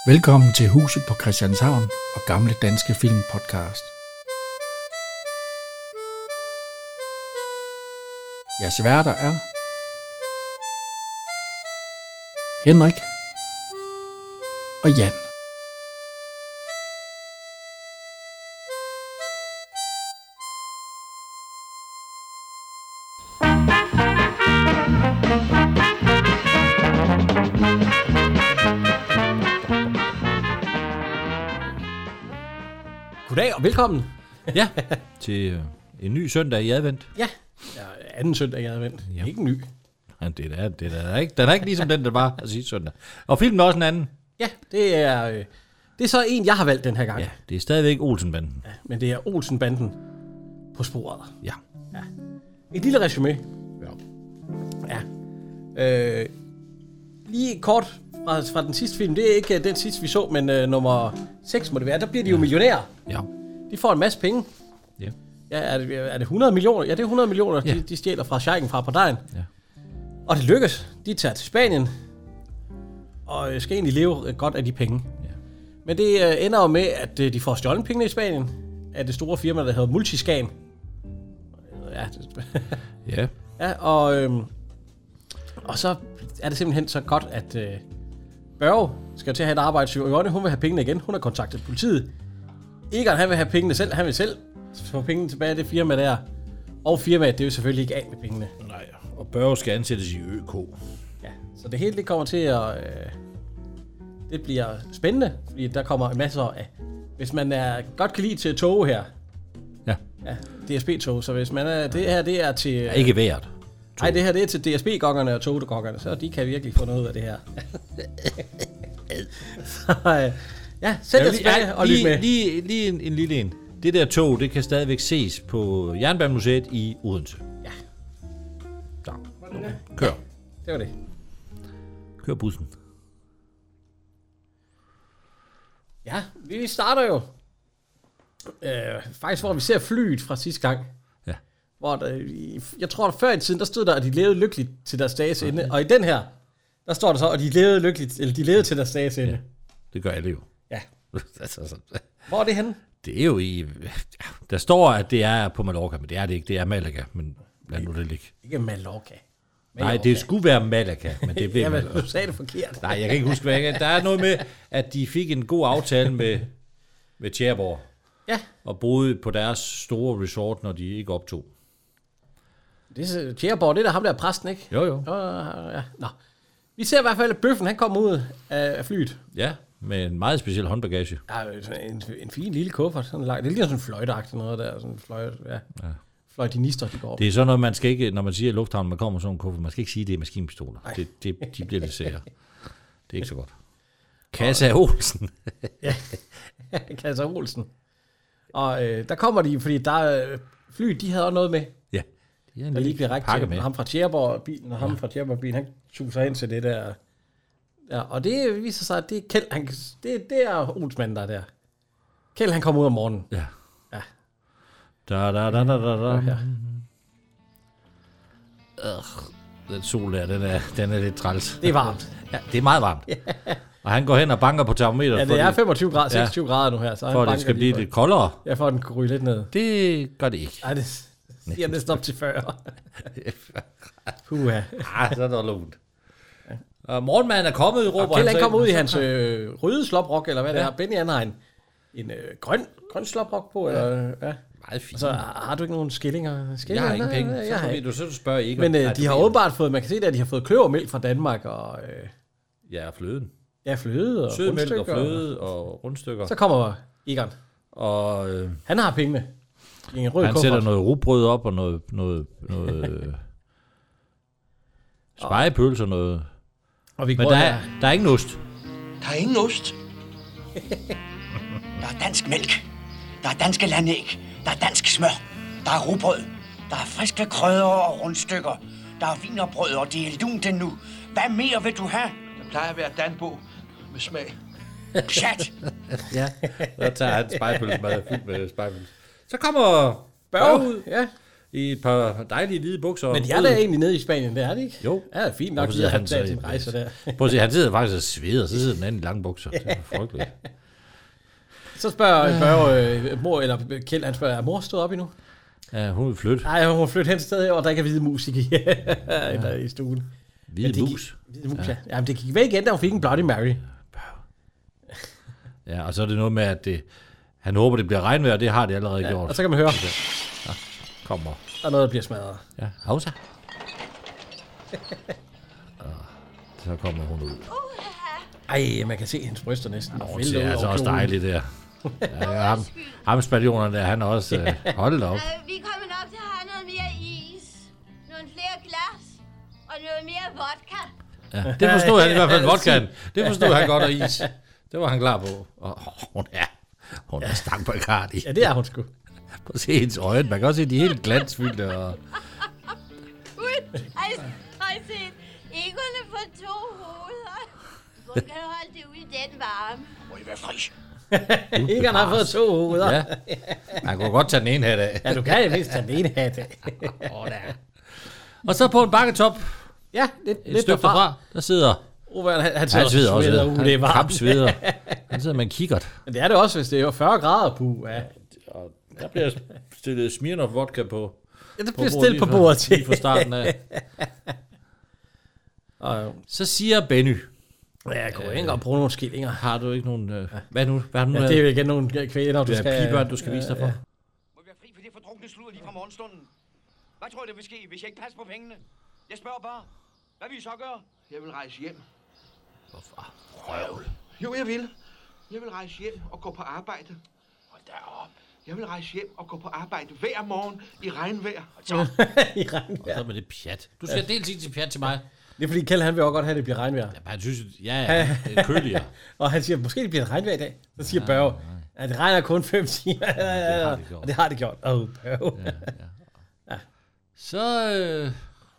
Velkommen til Huset på Christianshavn og Gamle Danske Film Podcast. Jeres værter er Henrik og Jan. Goddag og velkommen. Ja, til en ny søndag i advent. Ja, anden søndag i advent. Ja. Ikke en ny. Ja, det er ikke. Den er ikke ligesom den, der var at sige søndag. Og filmen er også en anden. Ja, det er så en, jeg har valgt den her gang. Ja, det er stadigvæk Olsenbanden. Ja, men det er Olsenbanden på sporet. Ja. Et lille resume. Ja. Lige kort fra den sidste film. Det er ikke den sidste, vi så, men nummer 6 må det være. Der bliver de jo millionærer. Ja. De får en masse penge. Ja. Ja, er det 100 millioner? Ja, det er 100 millioner, ja. de stjæler fra Scheiken fra Pardejen. Ja. Og det lykkes. De tager til Spanien. Og skal egentlig leve godt af de penge. Ja. Men det ender jo med, at de får stjålet pengene i Spanien. Af det store firma, der hedder Multiscan. Ja, Ja. ja, og så er det simpelthen så godt, at Børge skal til at have et arbejde. Yvonne, hun vil have pengene igen. Hun har kontaktet politiet. Egon, han vil have pengene selv. Han vil selv få pengene tilbage af det firma der. Og firmaet, det er jo selvfølgelig ikke af med pengene. Nej, og Børge skal ansættes i ØK. Ja, så det hele det kommer til at... det bliver spændende, fordi der kommer masser af... Hvis man godt kan lide til tog her. Ja. Ja, DSB-tog. Så hvis man er... Det her, det er til... Ja, ikke værd. Nej, det her det er til DSB-gongerne og togegongerne, så de kan virkelig få noget ud af det her. Så, ja, sæt jer tilbage og lyt med. Lige en lille en. Det der tog, det kan stadigvæk ses på Jernbanemuseet i Odense. Ja. Så. Kør. Det var det. Kør bussen. Ja, vi starter jo. Faktisk, hvor vi ser flyet fra sidste gang. Ja. Hvor der, jeg tror, at før i tiden, der stod der, at de levede lykkeligt til deres dages ende. Og i den her, der står der så, at de levede lykkeligt, eller de levede til deres dages ende. Ja. Det gør alle jo. Ja. Altså, Hvor er det henne? det er jo i... Der står, at det er på Mallorca, men det er det ikke. Det er Malaga, men lad nu det ligge. Ikke Mallorca. Nej, det skulle være Malaga, men det blev... Jamen, du sagde det forkert. Nej, jeg kan ikke huske, hvad jeg... Der er noget med, at de fik en god aftale med Tjæreborg. Ja. Og boede på deres store resort, når de ikke optog. Tjæreborg, det er der ham der præsten, ikke? Jo. Ja. Nå. Vi ser i hvert fald, at bøffen, han kommer ud af flyet. Ja, med en meget speciel håndbagage. Ja, en fin lille kuffert. Sådan lang. Det ligner sådan en fløjteagtigt noget der. Sådan en fløjte, ja. Fløjtinister, de går op. Det er sådan noget, man skal ikke... Når man siger i lufthavnen, man kommer med sådan en kuffert, man skal ikke sige, at det er maskinpistoler. De bliver lidt sære. Det er ikke så godt. Kassa Olsen. Ja, Kassa Olsen. Og der kommer de, fordi der flyet, de havde også noget med. Ja. De er en Der lige lille bliver rækket pakke til med. ham fra Tjæreborg-bilen, og ham fra Tjæreborg-bilen, han tog sig ind til det der. Ja, og det viser sig, at det er Kjeld, det er Olsmanden, der er der. Kjeld, han kommer ud om morgenen. Ja. Ja. Da. Ja. Den sol der, den er lidt træls. Det er varmt. Ja, det er meget varmt. Og han går hen og banker på termometeret. Ja, det er 25 grader, 26 grader nu her. Så for at det skal blive lidt koldere. Ja, for at den kan ryge lidt ned. Det gør det ikke. Nej, det siger næsten op til 40. Puha. Så er der lunt. Og morgenmanden er kommet, råber og Kjeld, han kommer ud i ind. hans røde sloprok, eller hvad det er. Benny, han har en grøn sloprok på. Eller, ja. Meget fint. Så har du ikke nogen skillinger? Jeg har ingen penge. Jeg har ikke. Så spørger ikke. Men de har åbenbart fået, man kan se, at de har fået kløvermælk fra Danmark, og Ja, fløden. ja, fløde og Sødmælk og rundstykker. fløde og rundstykker. Så kommer Egon. Og Han har pengene. I en rød han kuffert. sætter noget rugbrød op og noget spegepølse og noget. Og vi Men går der er ingen ost. Der er ingen ost. Der er dansk mælk. Der er danske landæg. Der er dansk smør. Der er rugbrød. Der er friske krydder og rundstykker. Der er wienerbrød, og det er lunt nu. Hvad mere vil du have? Der plejer at være Danbo med smag. Pjat! Ja, så tager han spegepølse med fyldt med spegepølse. Så kommer Børge ud. Ja. i et par dejlige hvide bukser. Men de er da egentlig nede i Spanien, det er det ikke? Jo. Ja, fint nok, Hvorfor at sidder han taget sin rejse der. Prøv at se, han sidder faktisk og sveder, så sidder den anden i lange bukser. Det er frygteligt. Så spørger mor, eller Kjeld, han spørger, er mor stået op endnu? Ja, hun vil flytte. Nej, hun vil flytte hen til stedet, og der ikke er hvide mus i stuen. Hvide mus. Hvide mus, ja. Jamen, det gik væk igen, da hun fik en Bloody Mary. Ja, og så er det noget med, at han håber, det bliver regnvejr, og det har det allerede gjort. Og så kan man høre, Ja, kommer. der er noget, der bliver smadret. Ja, Hausa. Så kommer hun ud. Ej, man kan se hendes bryster næsten. Hun ser altså også dejligt der. Ja, ham spaljoneren der, han er også holdt op. Vi kommer nok til at have noget mere is, nogle flere glas og noget mere vodka. Ja, det forstod han i hvert fald, vodkaen. Det forstod han godt, og is. Det var han klar på. Og hun er stang på Bacardi. Ja, det er hun sgu. Prøv at se hendes øjne. Man kan også se, de er helt glansfyldte. Og... Har I set æggerne på 2 hoveder? Hvor kan du holde det ude i den varme? Må I være frisk? Egon har fået 2 hoveder. Ja. Han kunne godt tage den ene hat af. Ja, du kan jo mindst tage den ene hat af. Og så på en bakketop, Ja, et lidt stykke derfra, der sidder... Han Han sveder også. det er varmt. Kampsveder. Han sidder med en kikkert. Men det er det også, hvis det er 40 grader på. Ja. Der bliver stillet Smirnoff vodka på. Ja, det bliver stillet på bordet til. Lige fra starten af. Så siger Benny, Ja, jeg kunne ikke bruge nogle skillinger. har du ikke nogen... Hvad nu? Hvad har du nu? Ja, det er jo igen nogle kvæler, du Det er skal... pigebørn, du skal vise dig for. Må vi være fri for det fordrukne sludder lige fra morgenstunden? Hvad tror I, der vil ske, hvis jeg ikke passer på pengene? Jeg spørger bare. Hvad vil I så gøre? Jeg vil rejse hjem. Hvorfor? Røvl. Jo, jeg vil. Jeg vil rejse hjem og gå på arbejde. Hold da op. Jeg vil rejse hjem og gå på arbejde hver morgen i regnvejr. I regnvejr. Og så med det pjat. Du skal dels ikke til pjat til mig. Det er fordi Kjeld, han vil også godt have, at det bliver regnvejr. Ja, han synes, ja, det er køligere. Og han siger, måske det bliver et regnvejr i dag. Så siger Børge, ja, det regner kun 5 timer. Og det har det gjort. Børge. Ja. Så,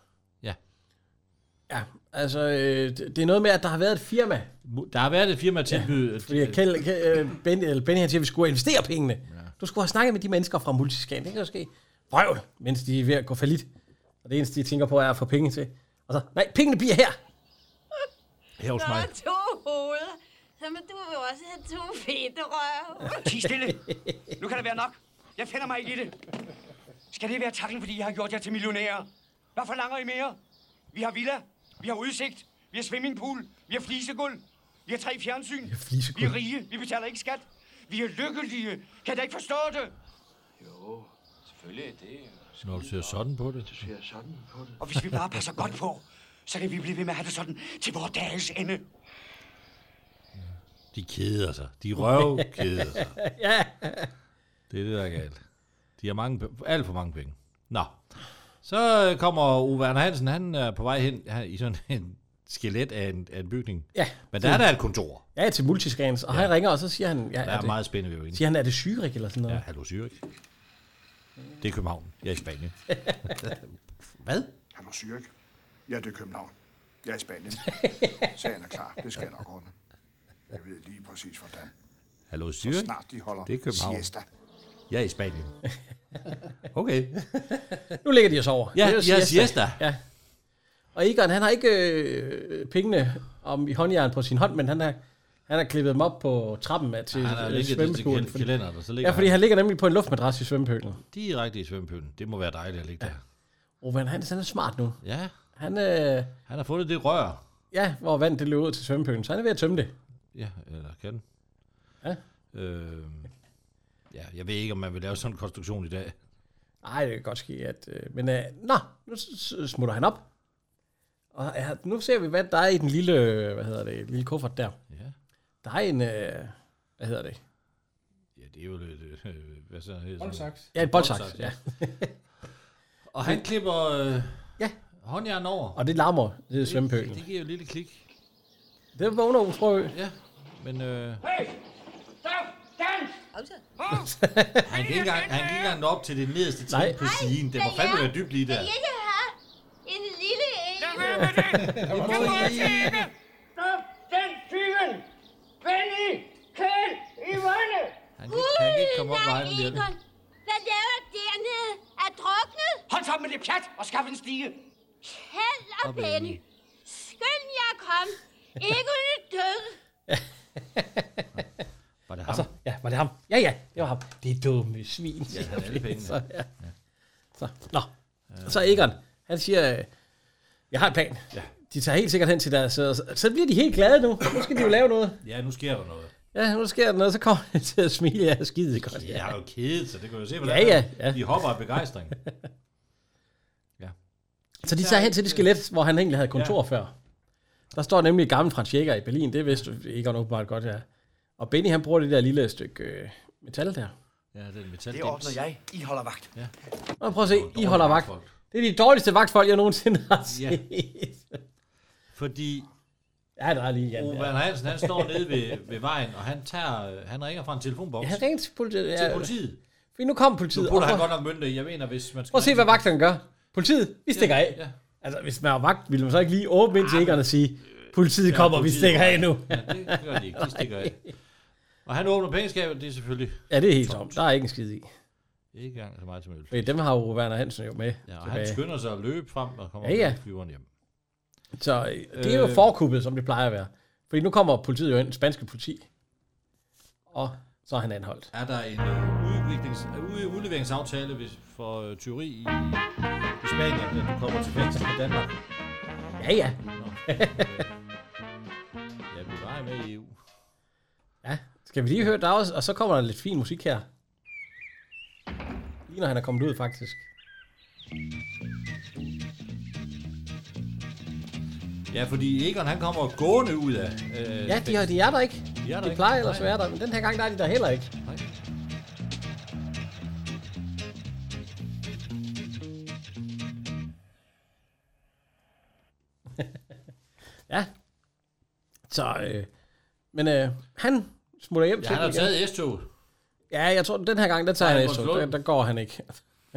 Ja, altså, det er noget med, at der har været et firma. der har været et firma tilbydet. Fordi Benny han siger, at vi skulle investere pengene. Ja. Du skulle have snakket med de mennesker fra Multiscan. Det kan jo ske. Vrøvl, mens de er ved at gå fallit. Og det eneste, de tænker på, er at få penge til. Og så, nej, pengene bliver her. Her hos mig. 2 hoveder, så må du jo også have 2 fede røv. Ti stille. Nu kan det være nok. Jeg finder mig ikke i det. Skal det være takken, fordi jeg har gjort jer til millionærer? Hvad forlanger I mere? Vi har villa. Vi har udsigt. Vi har swimmingpool. Vi har flisegulv. Vi har 3 fjernsyn. Vi er rige. Vi betaler ikke skat. Vi er lykkelige. Kan I ikke forstå det? Jo, selvfølgelig det. Når du ser sådan på det. Du ser sådan på det. Og hvis vi bare passer godt på, så kan vi blive ved med at have det sådan til vores dages ende. De keder sig. De røvkeder sig. Ja. Det er det, der er galt. De har alt for mange penge. Nå. Så kommer Ove Werner Hansen, han er på vej hen i sådan en skelet af en bygning. Ja. Men der er der et kontor. Ja, til Multiscans. Og han ringer, og så siger han... Ja, Der er meget spændende ved jo. Siger han, er det Zürich eller sådan noget? Ja, hallo Zürich. Det er København. Jeg er i Spanien. Hvad? Hallo Zürich. Ja, det er København. Jeg er i Spanien. Sagen er klar. Det skal jeg nok ordne. Jeg ved lige præcis, hvordan. Hallo Så Zürich. snart de holder Det er København. siesta. Jeg er i Spanien. Okay. Nu ligger de os over. Ja, Det er jo jeg er siesta. Ja. Og Egon, han har ikke pengene i håndjern på sin hånd, men han har klippet dem op på trappen til Han har ligget til svømmepoolen. kalenderen, og så ligger Ja, fordi han ligger nemlig på en luftmadras i svømmepølen. direkte i svømmepølen. Det må være dejligt at ligge der. Og han er smart nu. Ja, Han han har fundet det rør. ja, hvor vand det løber ud til svømmepølen, så han er ved at tømme det. Ja, eller kan. Ja. Ja, jeg ved ikke, om man vil lave sådan en konstruktion i dag. Nej, det kan godt ske, at... nu smutter han op. Og nu ser vi, hvad der er i den lille, lille kuffert der. Ja. Der er en, hvad hedder det? Ja, det er jo lidt... hvad så hedder det? Boldsaks. Ja, en boldsaks, ja. Og han klipper Ja. håndjern over. Og det larmer, det er svømmepølen. Det giver jo et lille klik. Det vågner Utrø. Ja, men Hey! Stop! Dans! han kan ikke engang nå op til det nederste trin Nej. på siden. Det må fandme være dybt lige der. Kan jeg ikke have en lille en? Det må I. Stop den tyven! Benny! Kjeld! Han kan ikke komme op vejen Nej, der. Egon. Hvad laver dernede? Er druknet? Hold op med det pjat og skaff en stige. Kjeld og Benny, skynd jer kom. Egon er død. Var det ham? Altså, ja, var det ham? Ja, det var ham. Det er dumme svin. Ja, han havde alle pengene. Så, ja. Så, nå. Så Egon, han siger, jeg har en plan. Ja. De tager helt sikkert hen til deres... Så bliver de helt glade nu. Nu skal de jo lave noget. Ja, nu sker der noget. Ja, nu sker der noget, så kommer han til at smile. Ja, skide godt. Jeg har jo kedet, så det kan jo se, Ja. De hopper af begejstring. Ja. Så de tager hen til det skelet, hvor han egentlig havde kontor før. Der står nemlig et gammelt Franz Jäger i Berlin. Det vidste Egon åbenbart godt, ja. Og Benny, han bruger det der lille stykke metal der. Ja, det er metal. Det ordner jeg. I holder vagt. Ja. Og prøv at se, I holder vagt. Det er de dårligste vagtfolk, jeg nogensinde har set. Ja. Fordi ja, der er lige Jan. Ove Werner Hansen, han står nede ved vejen, og han ringer fra en telefonboks. Ja, han ringer til politiet. Til politiet. Fordi nu kommer politiet. Nu putter han godt nok mønte. Jeg mener, hvis man skal... Prøv at se, hvad vagterne gør. Politiet, vi stikker af. Ja. Altså, hvis man var vagt, ville man så ikke lige åbne ind til Egon og sige, politiet kommer, vi stikker af nu. Ja, det gør de ikke. De stikker af. Og han åbner pengeskabet, det er selvfølgelig... Ja, det er helt tomt. Der er ikke en skid i. Ikke engang så meget til møl. Fordi dem har jo Werner Hansen jo med. Ja, og han skynder sig at løbe frem, og kommer med flyveren hjem. Så det er jo forkuppet, som det plejer at være. Fordi nu kommer politiet jo ind, spanske politi. Og så er han anholdt. Er der en udleveringsaftale for tyveri i Spanien, at du kommer til fængsel i Danmark? Ja. Ja, vi var med i EU. Ja, skal vi lige høre der også, og så kommer der lidt fin musik her. Lige når han er kommet ud, faktisk. Ja, fordi Egon, han kommer gående ud af... ja, de er der ikke. De plejer ellers at være der, men den her gang, der er de der heller ikke. Nej. Ja. Så, men han smutter hjem til han har taget S-toget. Ja, jeg tror, den her gang, der tager han S-toget. Der går han ikke.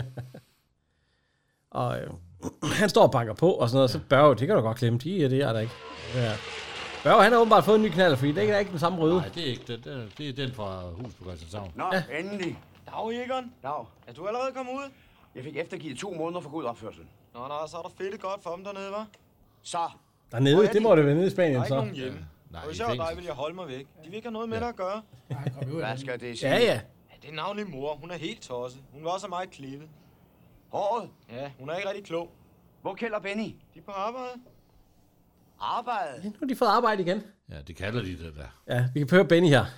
Og han står og banker på og sådan noget, så Børge, det kan du godt glemme, det er der ikke. Ja. Børge, han har åbenbart fået en ny knald, fordi det er ikke den samme røde. Nej, det er ikke det er den fra Hus på Christianshavn. Nå, ja. Endelig. Dag, Egon. Dag. Er du allerede kommet ud? Jeg fik eftergivet 2 måneder for god opførsel. Nå, så er der fedt godt for dem dernede, hva'? Så. Dernede, det må det være nede i Spanien, så. Der er så. ikke nogen hjemme. Nej, og især dig vil jeg holde mig væk. De vil ikke have noget med dig at gøre. Hvad skal det sige? Ja. Det er navnlig mor. Hun er helt tosset. Hun var så meget klippet. Håret? Ja, hun er ikke rigtig klog. Hvor Kjeld og Benny? De er på arbejde. Arbejde? Nu har de fået arbejde igen. Ja, det kalder de det der. Ja, vi kan høre Benny her.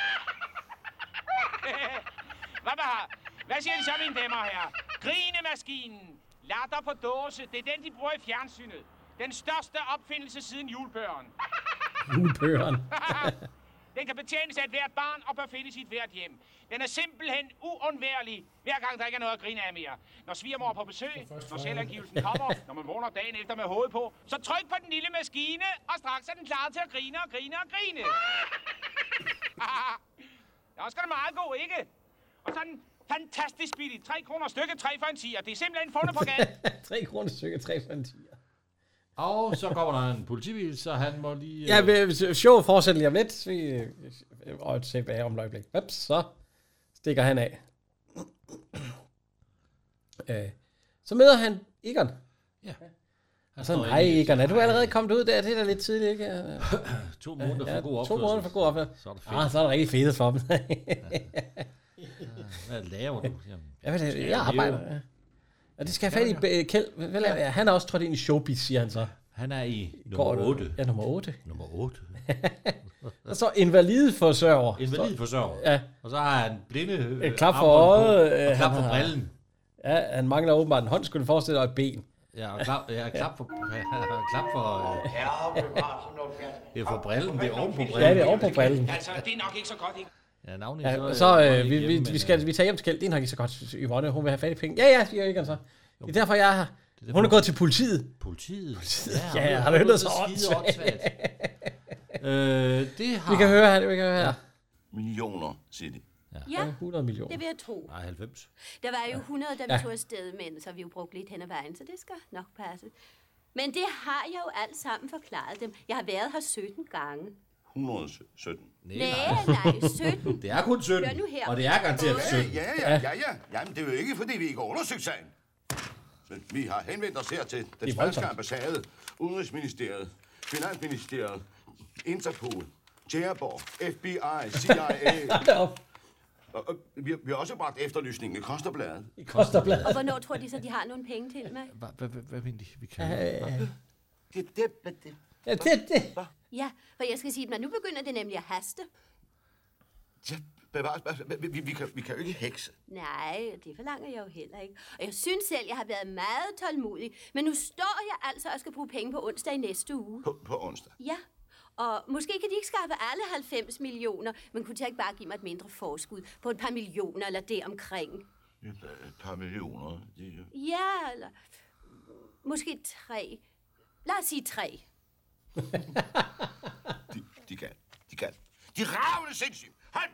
Hvad siger de så, mine damer og herrer? Grinemaskinen. Latter på dåse. Det er den, de bruger i fjernsynet. Den største opfindelse siden julebøgeren. Julebøgeren. Den kan betjenes af et hvert barn og bør findes i et hvert hjem. Den er simpelthen uundværlig, hver gang der ikke er noget at grine af mere. Når svigermor er på besøg, når selvangivelsen kommer, når man vågner dagen efter med hovedet på, så tryk på den lille maskine, og straks er den klar til at grine og grine og grine. Det er også meget god, ikke? Og sådan fantastisk billigt. 3 kroner stykket, 3 for en 10'er. Det er simpelthen fundet på gaden. 3 kroner stykket, 3 for en 10'er. Og så kommer der en politibil, så han må lige... Ja, showet fortsætter lige om lidt. Og et tilbage om et øjeblik. Ups, så stikker han af. Så møder han Egon. Ja. Og sådan, hej Egon, er du allerede kommet ud der? Det er da lidt tidligt, ikke? 2 måneder for god opførsel. 2 måneder for god opførsel. Så er det fedt. Så er det rigtig fedt for dem. Hvad laver du? Jamen, jeg arbejder. Og det skal have fat i Kjeld. Han er også trådt ind i showbiz, siger han så. Han er i nummer 8. Ja, nummer 8. Nummer 8. Og så invalidforsørger. Invalidforsørger. Ja. Og så har han blinde... Et klap for øjet. Og klap for brillen. Ja, han mangler åbenbart en hånd, skulle du forestille dig, et ben. Ja, og klap for... klap for... det er for brillen, det er oven på brillen. Ja, det er oven på brillen. Altså, det er nok ikke så godt, ikke? Ja, navnlig vi tager hjem til Kjeld. Det er nok ikke så godt, Yvonne. Hun vil have fat i penge. Ja, siger Egon så. Det er derfor, jeg er her. Hun er gået til politiet. Politiet? Ja, har du hørt noget så åndssvagt? Det har... Vi kan høre her, Millioner, siger de. Ja, 100 millioner. det vil jeg tro. Nej, 90. Der var jo 100, da vi tog afsted, men så har vi jo brugt lidt hen ad vejen, så det skal nok passe. Men det har jeg jo alt sammen forklaret dem. Jeg har været her 17 gange. 117. Nej, 17. Det er kun 17, Hør nu her. og det er garanteret 17. Ja. Jamen, det er jo ikke, fordi vi ikke har undersøgt sagen. Vi har henvendt os her til den Det er spanske voldsomt. ambassade, Udenrigsministeriet, Finansministeriet, Interpol, Tjæreborg, FBI, CIA. Og vi har også bragt efterlysningen i Kosterbladet. I Kosterbladet. Og hvornår tror de så, de har nogle penge til mig? Hvad mener de? Vi kan... Det. Ja, for jeg skal sige, at nu begynder det nemlig at haste. Ja, bevares. Vi kan jo ikke hekse. Nej, det forlanger jeg jo heller ikke. Og jeg synes selv, jeg har været meget tålmodig. Men nu står jeg altså og skal bruge penge på onsdag i næste uge. På onsdag? Ja, og måske kan de ikke skaffe alle 90 millioner, men kunne de ikke bare give mig et mindre forskud på et par millioner eller deromkring? Et par millioner. Ja, eller måske 3. Lad os sige 3. De kan. De ravne sindssygt. Hold!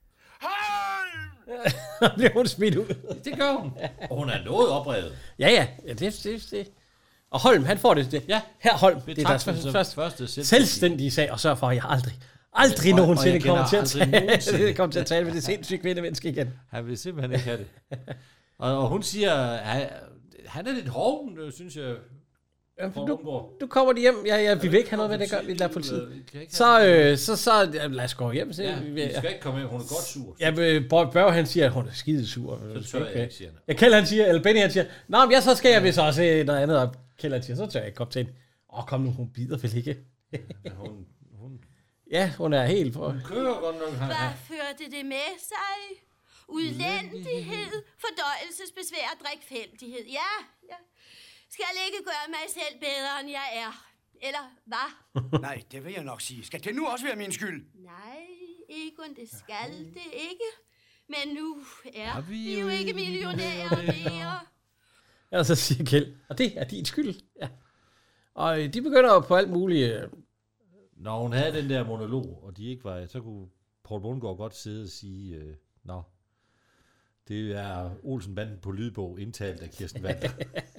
Bliver hun smidt ud. Det gør hun. Og hun er noget oprevet. Ja, det. Og Holm, han får det. Ja. Her Holm, det er deres første selvstændige sag, og sørg for, at jeg aldrig nogensinde kommer til at tale med det sindssyge kvindemenneske igen. Han vil simpelthen ikke have det. Og hun siger, han er lidt hoven, synes jeg. Du kommer de hjem. Ja, vi vil ikke have noget med det, gør vi lader politiet. Så lad os gå hjem. Ja, vi skal ikke komme hjem, hun er godt sur. Ja, Børge han siger, at hun er skidesur. Så tør jeg ikke, siger Ja, Kjeld han siger, eller Benny han siger, nå, men så skal jeg vist også noget andet. Og Kjeld han siger, så tør jeg ikke komme til hende. Kom nu, hun bider vel ikke. Ja, hun er helt på. Hun kører godt nok. Hvad førte det med sig? Udlændighed, fordøjelsesbesvær og drikfældighed. Ja. Skal jeg ikke gøre mig selv bedre, end jeg er? Eller hvad? Nej, det vil jeg nok sige. Skal det nu også være min skyld? Nej, Egon, det skal det ikke. Men nu er vi jo ikke millionærer mere. Ja, så siger Kjeld, og det er din skyld. Ja. Og de begynder jo på alt muligt. Når hun havde den der monolog, og de ikke var, så kunne Poul Bundgaard godt sidde og sige, det er Olsen-banden på lydbog, indtalt af Kirsten Walther.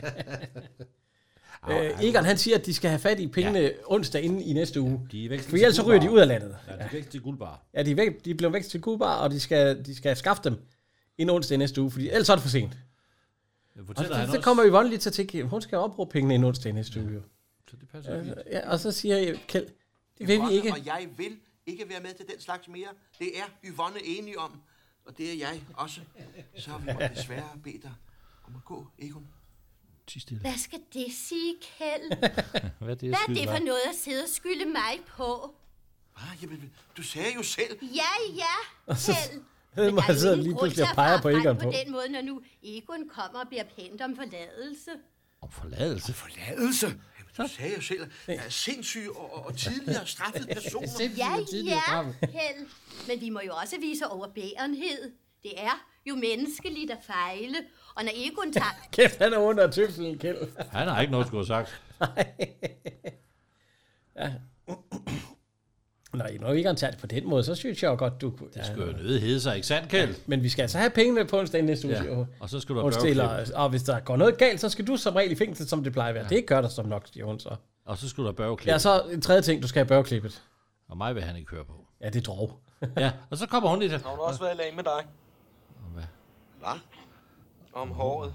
Egon, han siger, at de skal have fat i pengene onsdag inden i næste uge. For ellers så ryger de ud af landet. Ja, de er væk til Guldbar. Ja, de bliver væk til Guldbar, og de skal skaffe dem inden onsdag i næste uge, fordi ellers er det for sent. Så kommer Yvonne lige til at tænke, hun skal opbruge pengene inden onsdag i næste uge. Så det passer fint. Ja, og så siger Kjeld, det vil vi ikke. Og jeg vil ikke være med til den slags mere. Det er Yvonne enige om, og det er jeg også. Så vi må desværre bede dig om at gå, Egon. Hvad skal det sige, Kjeld? Hvad er det for noget at sidde og skylde mig på? Jamen, du sagde jo selv. Ja, Kjeld. Det må jeg sidde lige pludselig og pege på Egon på. På den måde, når nu Egon kommer og bliver pænt om forladelse. Om forladelse? Forladelse? Du sagde jo selv, at jeg er sindssyg og tidligere straffet personer. Ja, Kjeld. Men vi må jo også vise overbærenhed. Det er jo menneskeligt at fejle. Og når Egon tager... Kæft, han er under tøflen, Kjeld. Han har ikke noget skulle have sagt. Ja. Når Egon tager det på den måde, så synes jeg jo godt, du... Det skulle jo nødt hedde sig, ikke sandt, Kjeld? Ja, men vi skal altså have pengene på onsdag næste uge. Ja, og så skal du have og hvis der går noget galt, så skal du som regel i fængsel, som det plejer at være. Ja. Det gør der som nok, siger hun så. Og så skulle der børgeklippet. Ja, så en tredje ting, du skal have børgeklippet. Og mig vil han ikke køre på. Ja, det er drog. Ja, og så kommer hun lidt. Har hun også været alene med dig? Hvad? Hvad? Om håret.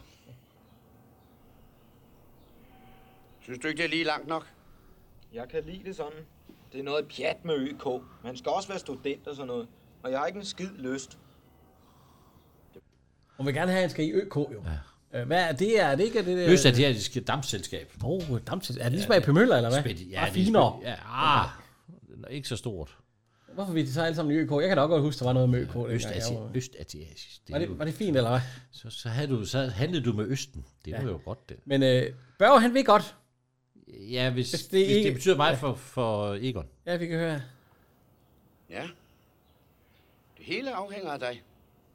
Synes du ikke, det er lige langt nok? Jeg kan lide det sådan. Det er noget pjat med ØK. Man skal også være student og sådan noget. Og jeg har ikke en skid lyst. Hun vil gerne have, at han skal i ØK, jo. Ja. Hvad er det? Er det ikke det? Østasiatiske dampselskab. Dampselskab. Er det ligesom A.P. Møller, eller hvad? Ja, finere. Ja, ikke så stort. Hvorfor vil de så alle sammen i ØK? Jeg kan da godt huske, der var noget med ØK. Østasiatisk. Var det fint, eller hvad? Så handlede du med Østen. Det var jo godt, det. Men Børge, han ved godt. Ja, hvis det betyder meget for Egon. Ja, vi kan høre. Ja. Det hele afhænger af dig.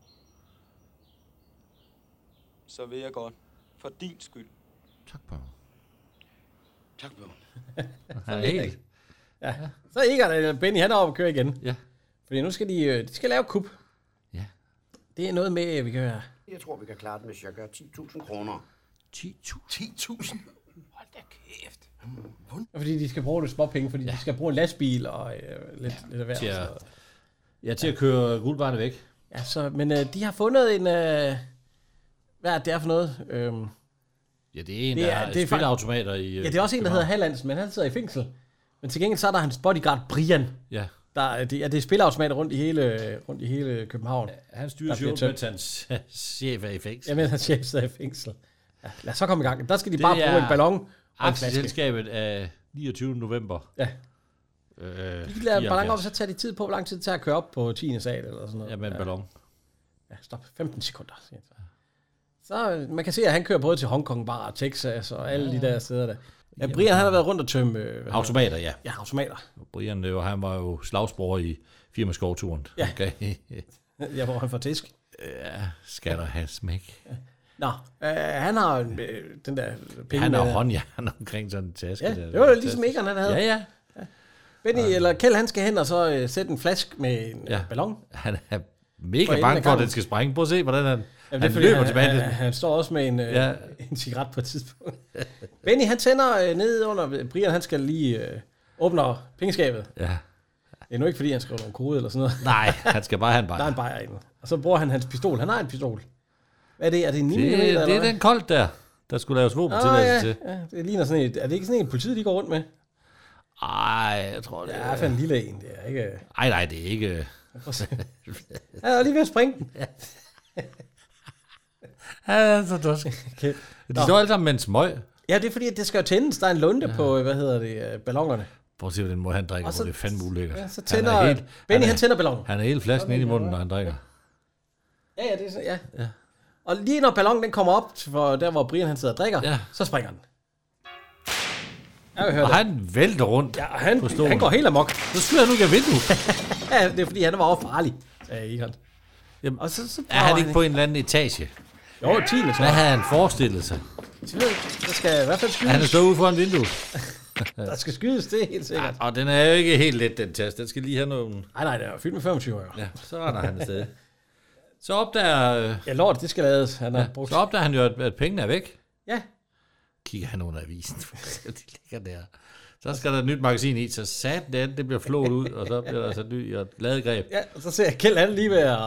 Så vil jeg godt. For din skyld. Tak, Børge. Tak, Børge. Han er helt... Ja. Så Egon og Benny, han er oppe og kører igen. Ja. Fordi nu skal de skal lave kup. Ja. Det er noget med, vi kan høre. Jeg tror, vi kan klare det med cirka 10.000 kroner. 10.000? Hold da kæft. Fordi de skal bruge det småpenge, fordi de skal bruge en lastbil og lidt af hver. Til at køre guldbarne væk. Ja, så, men de har fundet en... hvad er det for noget? Ja, det er en, der er spilautomater i... Ja, det er også en, der hedder Hallandsen, men han sidder i fængsel. Men til gengæld så er der hans bodyguard, Brian. Ja. Det er spilautomater rundt i hele København. Han styrer jo, mens hans chef er i fængsel. Ja, mens hans chef sidder i fængsel. Ja, lad os så komme i gang. Der skal de bare bruge en ballon. Aktieselskabet af 29. november. Ja. De lader en ballon op, så tager de tid på, hvor lang tid det tager at køre op på 10. sal eller sådan noget. Ja, med en ballon. Ja, stop. 15 sekunder. Så man kan se, at han kører både til Hongkong, bare Texas og alle de der steder der. Ja, Brian han har været rundt og tømme... automater, ja. Ja, automater. Brian, han var jo slagsbror i firma Skovturen. Ja. Okay. Ja, hvor han får tisk. Ja, skal der have smæk. Nå, han har den der penge... Han har håndjern omkring sådan en taske. Ja, det var jo ligesom Egon, han havde. Ja. Benny eller Kjeld, han skal hen og så sætte en flaske med en ballon. Han er mega bange for, at den skal sprænge. Prøv at se, hvordan han løber tilbage. Han står også med en cigaret på et tidspunkt. Benny, han tænder ned under... Brian, han skal lige åbne pengeskabet. Ja. Det er nu ikke, fordi han skriver nogle kode eller sådan noget. Nej, han skal bare have en bajer. Der er en bajer inde. Og så bruger han hans pistol. Han har en pistol. Hvad er det? Er det en 9 mm? Det er den koldt der skulle laves våbentilladelse til. Ja, det ligner sådan et... Er det ikke sådan en politiet, de går rundt med? Ej, jeg tror det er... Ja, en lille en. Det er ikke... Nej, det er ikke... Han er lige ved at springe den. Han er så dusk. Okay. De står alle sammen med en smøg. Ja, det er fordi, at det skal jo tændes. Der er en lunde på, ballonerne. Prøv at se, hvordan måde han drikker på. Det er fandme ulækkert. Ja, så tænder... Benny, han tænder ballonen. Han er hele flasken ind i munden, når han drikker. Ja, det er sådan, ja. Og lige når ballonen den kommer op, for der hvor Brian han sidder og drikker, så springer den. Og han vælter rundt. Ja, han går helt amok. Så skyder han nu ikke vinduet. Ja, det er fordi, han var over farlig, sagde Egon. Jamen, og så er han ikke på en eller anden etage? Jo, 10. Hvad havde han forestillet sig? Der skal i hvert fald skydes. Han er stået ude foran vinduet. Der skal skydes, det er helt sikkert. Ja, og den er jo ikke helt let, den tast. Den skal lige have nogle... Nej, det er fyldt med 25 år. Ja, så render han afsted. Så opdager... Ja, lort, det skal lades. Han har brugt... Så opdager han jo, at pengene er væk. Ja. Kigger han under avisen. De ligger der. Så skal der et nyt magasin i, så satan, det bliver flået ud, og så bliver der så et nyt ladegreb. Ja, og så ser jeg Kjeld, han lige ved at...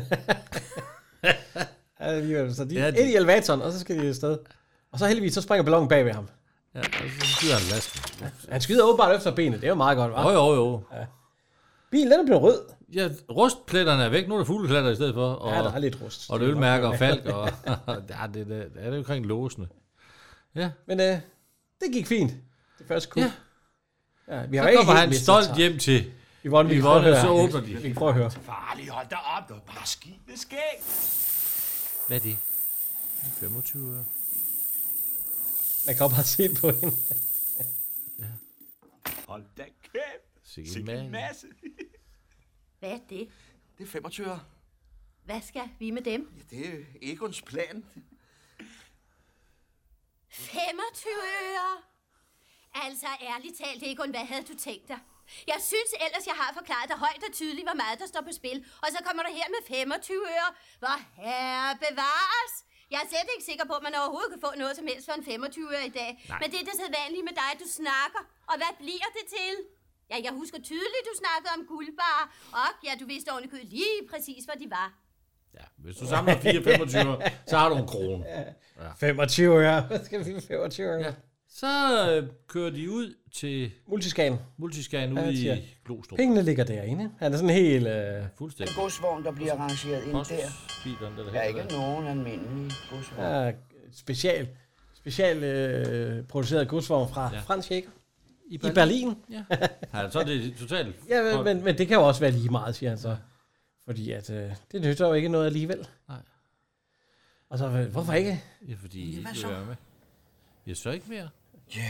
så de ind i elevatoren, og så skal de afsted. Og så heldigvis, så springer ballonen bag ved ham. Ja, og så skyder han lasten. Ja, han skyder åbenbart efter benet, det er jo meget godt, hva'? Jo. Ja. Bilen, den er blevet rød. Ja, rustpletterne er væk, nu er der fugleklætter i stedet for. Og, ja, der er lidt rust. Og ølmærker og falk, og det er jo omkring låsene. Ja. Men det gik fint. Det første kul. Ja, vi har så kommer han stolt hjem til Yvonne, så åbner de. Vi kan prøve at høre. Farlig, hold da op, det var bare skidende skæg. Hvad er det? 25 år. Man kan jo bare se på hende. Ja. Hold da kæft. Sikke en masse. Hvad er det? Det er 25. Hvad skal vi med dem? Ja, det er Egons plan. 25 øre? Altså, ærligt talt, Egon, hvad havde du tænkt dig? Jeg synes ellers, jeg har forklaret dig højt og tydeligt, hvor meget der står på spil. Og så kommer du her med 25 øre. Hvor herre bevares! Jeg er slet ikke sikker på, at man overhovedet kan få noget som helst for en 25 øre i dag. Nej. Men det er det sædvanlige med dig, du snakker. Og hvad bliver det til? Ja, jeg husker tydeligt, du snakkede om guldbarer. Og ja, du vidste ovenikøbet lige præcis, hvor de var. Ja, hvis du samler 4-25, så har du en krone. Ja. 25 øre. Hvad skal vi 25 øre? Ja. Så kører de ud til... Multiskagen ude i Glostrup. Pengene ligger derinde. Han er sådan helt... Fuldstændig. En godsvogn, der bliver arrangeret ind der. Der er ikke nogen almindelig godsvogn. Ja, special produceret godsvogn fra Franz Jäger. I Berlin. Ja. Ja, så er det totalt... Ja, men det kan jo også være lige meget, siger han så. Fordi at, det nytter jo ikke noget alligevel. Nej. Og så, hvorfor ikke? Ja, fordi I ikke vil være med. Ja, så ikke mere. Ja,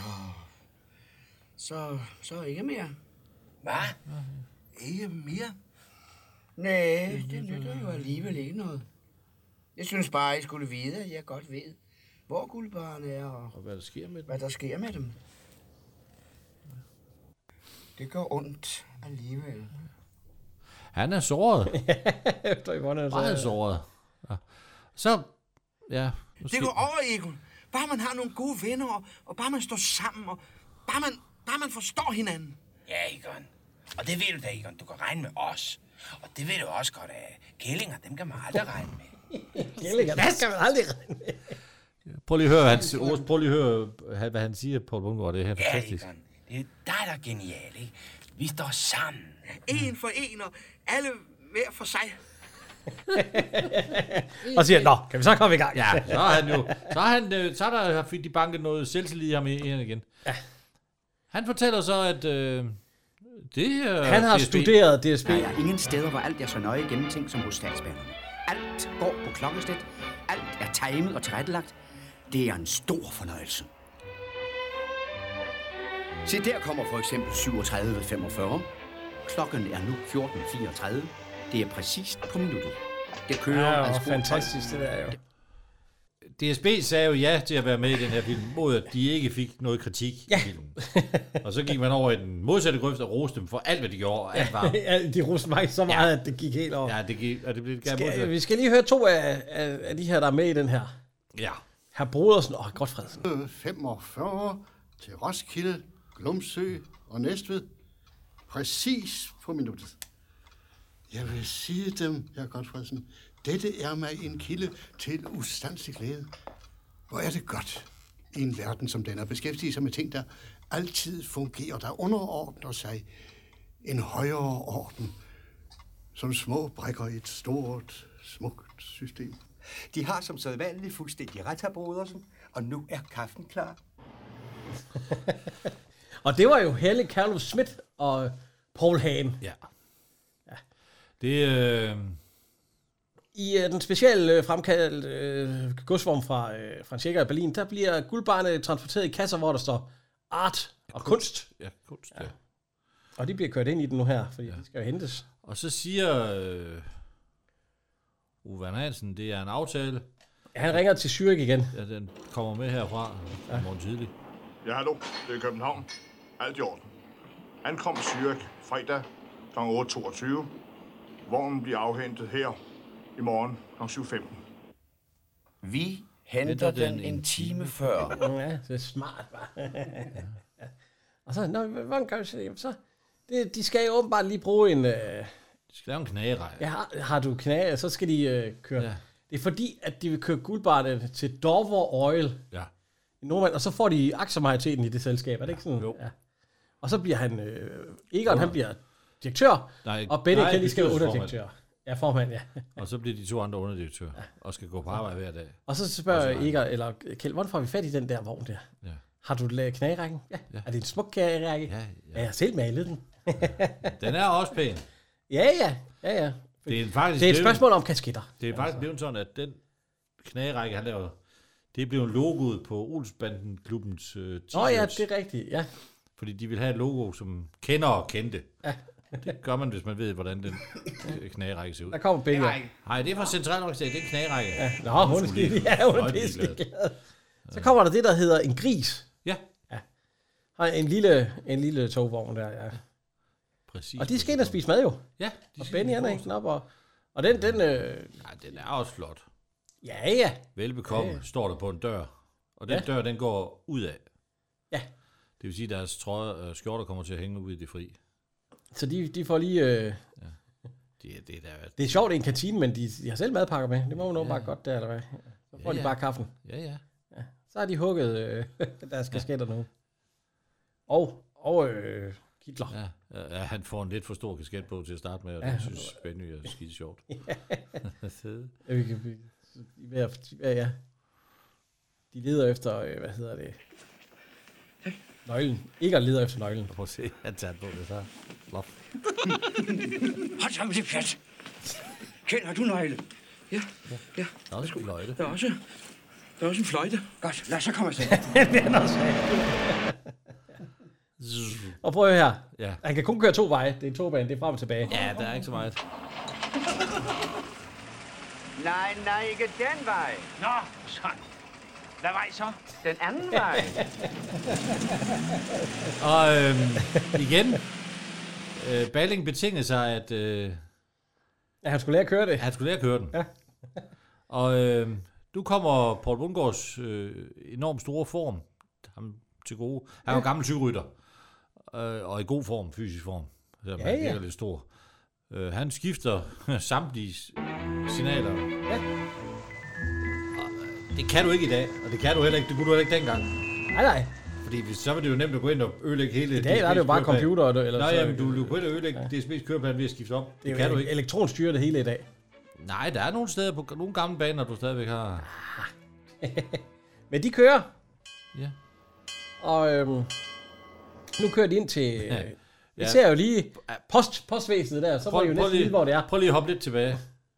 så ikke mere. Hvad? Ikke mere? Nej, det nytter jo alligevel ikke noget. Jeg synes bare, I skulle vide, at jeg godt ved, hvor guldbarren er, og hvad der sker med dem. Hvad der sker med dem. Det gør ondt alligevel. Han er såret. Meget såret. Ja. Så, ja. Det går over, Egon. Bare man har nogle gode venner, og bare man står sammen, og bare man forstår hinanden. Ja, Egon. Og det ved du da, Egon. Du kan regne med os. Og det ved du også godt, at kællinger, dem kan man aldrig regne med. Kællinger, det skal man aldrig regne med. Prøv lige at høre hans ord. Prøv lige at høre, hvad han siger, Poul Bundgaard. Det er fantastisk. Egon, det er dig, der er genial, ikke? Vi står sammen. En for en, og alle hver for sig. Og siger, nå, kan vi så komme i gang? Ja, så er han jo... Så der fik de banket noget selvtillid i ham igen. Ja. Han fortæller så, at... han har studeret DSB. Der er ingen steder, hvor alt er så nøje gennemtænkt som hos statsbanerne. Alt går på klokkeslæt. Alt er timet og tilrettelagt. Det er en stor fornøjelse. Se, der kommer for eksempel 37.45. Klokken er nu 14.34. Det er præcist på minuttet. Det kører ja, fantastisk, det der jo. DSB sagde jo ja til at være med i den her film, mod at de ikke fik noget kritik i filmen. Og så gik man over i den modsatte grøft og roste dem for alt, hvad de gjorde. Og alt var. Ja, de roste mig så meget, at det gik helt over. Ja, det gik, og det blev gerne vi skal lige høre 2 af de her, der er med i den her. Ja. Herr Brodersen og Godfredsen. 45 til Roskilde, Glumsø og Næstved. Præcis på minuttet. Jeg vil sige dem, herr Godfredsen, dette er mig en kilde til ustandselig glæde. Hvor er det godt i en verden som den at beskæftige sig med ting, der altid fungerer, der underordner sig en højere orden, som små brækker i et stort, smukt system. De har som sædvanligt fuldstændig ret, herr Brodersen, og nu er kaffen klar. Og det var jo Helle Kærluf Schmidt og Paul Hagen. Ja. Det I den specielle fremkaldte godsvogn fra Tjekker i Berlin, der bliver guldbarnet transporteret i kasser, hvor der står art og kunst. Ja, kunst, ja. Og de bliver kørt ind i den nu her, fordi de skal jo hentes. Og så siger Uwe Hansen, det er en aftale. Ja, han ringer til Zürich igen. Ja, den kommer med herfra i morgen tidlig. Ja, hallo. Det er København. Alt i orden. Ankom Zürich fredag kl. 8.22. Vognen bliver afhentet her i morgen kl. 7.15. Vi henter den en time før. Ja, det er smart, hva'? Ja. Og så, hvordan kan vi se? Så, de skal jo åbenbart lige bruge en... De skal lave en knagerække. Ja, har du knage, så skal de køre... Ja. Det er fordi, at de vil køre guldbarnet til Dover Oil. Ja. I Nordmand, og så får de aktiemajoriteten i det selskab. Er det ikke sådan? Jo. Ja. Og så bliver han... Egon, han bliver direktør, og Benny Kelly skal være underdirektør. Ja, formand, ja. Og så bliver de 2 andre underdirektører, og skal gå på arbejde hver dag. Og så spørger Egon, eller Kjeld, hvordan får vi fat i den der vogn der? Ja. Har du lavet knagerækken? Ja. Er det en smuk knagerække? Ja. Jeg har selv malet den. Den er også pæn. Ja. Det er et spørgsmål om kasketter. Det er faktisk blevet sådan, at den knagerække, han laver, det er blevet logoet på Olsbanden-klubbens t-shirts. Ja, det er rigtigt, ja. Fordi de vil have et logo, som kender og kendte. Ja. Det gør man, hvis man ved, hvordan den knagerække ser ud. Der kommer Benny. Nej, det er fra Centralorkestret, det er en knagerække. Ja. Nå, hun er pisseglad. Så kommer der det, der hedder en gris. Ja. Og en lille togvogn der, ja. Præcis. Og de skal ind og spise mad jo. Ja. Og Benny han er ikke op, og den... Ja, den er også flot. Ja. Velbekomme, står der på en dør. Og den dør, den går ud af. Ja. Det vil sige, at deres skjorter kommer til at hænge ud i det fri. Så de får lige... Det er sjovt, det er en kantine, men de har selv madpakker med. Det må jo nok bare godt der, eller hvad? Så får de bare kaffen. Ja. Så har de hugget deres kasketter nu. Og Hitler. Ja, han får en lidt for stor kasket på til at starte med, og det synes Benny er skide sjovt. Ja. De leder efter, hvad hedder det? Nøglen. Egon leder efter nøglen. Prøv at se, han tager på det så. Flop. Hold sammen til pjat. Kjeld, har du nøgle? Ja. Der er også en fløjte. Der er også en fløjte. Godt, lad os så komme afsted. Den er også og prøv her. Ja. Han kan kun køre 2 veje. Det er en togbane, det er frem og tilbage. Ja, der er ikke så meget. Nej, ikke den vej. Nå, sådan. Hvad vej så? Den anden vej. Og igen, Balling betingede sig, at... han skulle lære at køre det. Han skulle lære at køre den. Ja. Og nu kommer Poul Bundgaards enormt store form ham til gode. Han er jo gammel cykelrytter, og i god form, fysisk form. Så han virker lidt stor. Han skifter samtlige signaler. Ja. Det kan du ikke i dag, og det kan du heller ikke. Det kunne du heller ikke dengang. Nej. Fordi så vil det jo nemt at gå ind og ødelægge hele... I dag er det jo bare computer. Eller nej, jamen, du kunne ind og ødelægge DSB's køreplan ved at skifte om. Det kan du ikke. Elektronstyre det hele i dag. Nej, der er nogle steder på nogle gamle baner, du stadigvæk har... Men de kører. Ja. Og nu kører de ind til... Vi ser jo lige postvæsenet der, så må I jo næsten vide, hvor det er. Prøv lige at hoppe lidt tilbage.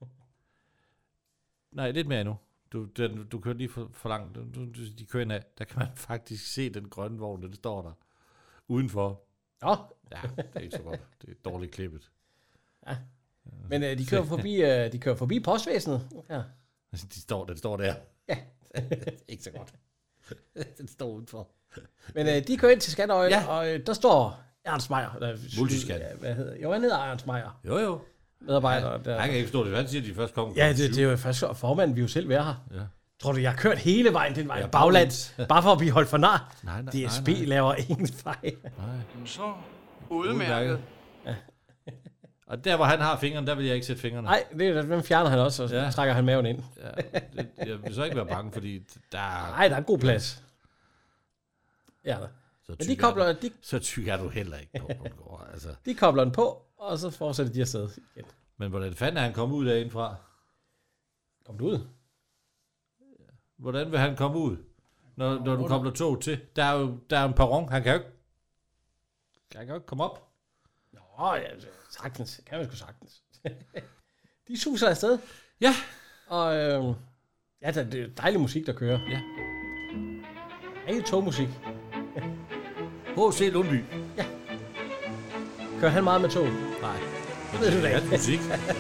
Nej, lidt mere nu. Du kører lige for langt. De kører ind af. Der kan man faktisk se den grønne vogn, der står der. Udenfor. Ja, det er ikke så godt. Det er dårligt klippet. Ja. Men de kører forbi postvæsenet. Ja. Den står der. Ja. Ikke så godt. Den står udenfor. Men de kører ind til Skatøje, og der står Ernst Meier. Multiskat. Hvad hedder? Jo, han hedder Ernst Meier. Jo. Medarbejder. Der. Han kan ikke forstå det. Han siger, at de først kommer. Ja, det er jo først formanden, vi jo selv være her. Ja. Tror du, jeg har kørt hele vejen den vej baglands, bare for at blive holdt for nar? Nej. DSB laver ingen fejl. Nej. Så udmærket. Ja. Og der, hvor han har fingrene, der vil jeg ikke sætte fingrene. Nej, den fjerner han også, og så trækker han maven ind. Ja, jeg vil så ikke være bange, fordi der er... Nej, der er en god plads. Ja, der. Så tyk er du heller ikke på Bundgaard. Altså. De kobler den på, og så fortsætter de afsted igen. Men hvordan fanden er han kommet ud derindefra? Kom du ud? Hvordan vil han komme ud, når du kobler tog til? Der er en perron. Han kan jo ikke komme op. Nå, ja, sagtens. Kan man sgu sagtens. De suser afsted. Ja. Og ja, det er dejlig musik, der kører. Ja. Ikke togmusik. H.C. Lundby. Ja. Kører han meget med tog? Nej. Det ved du da ikke. Musik.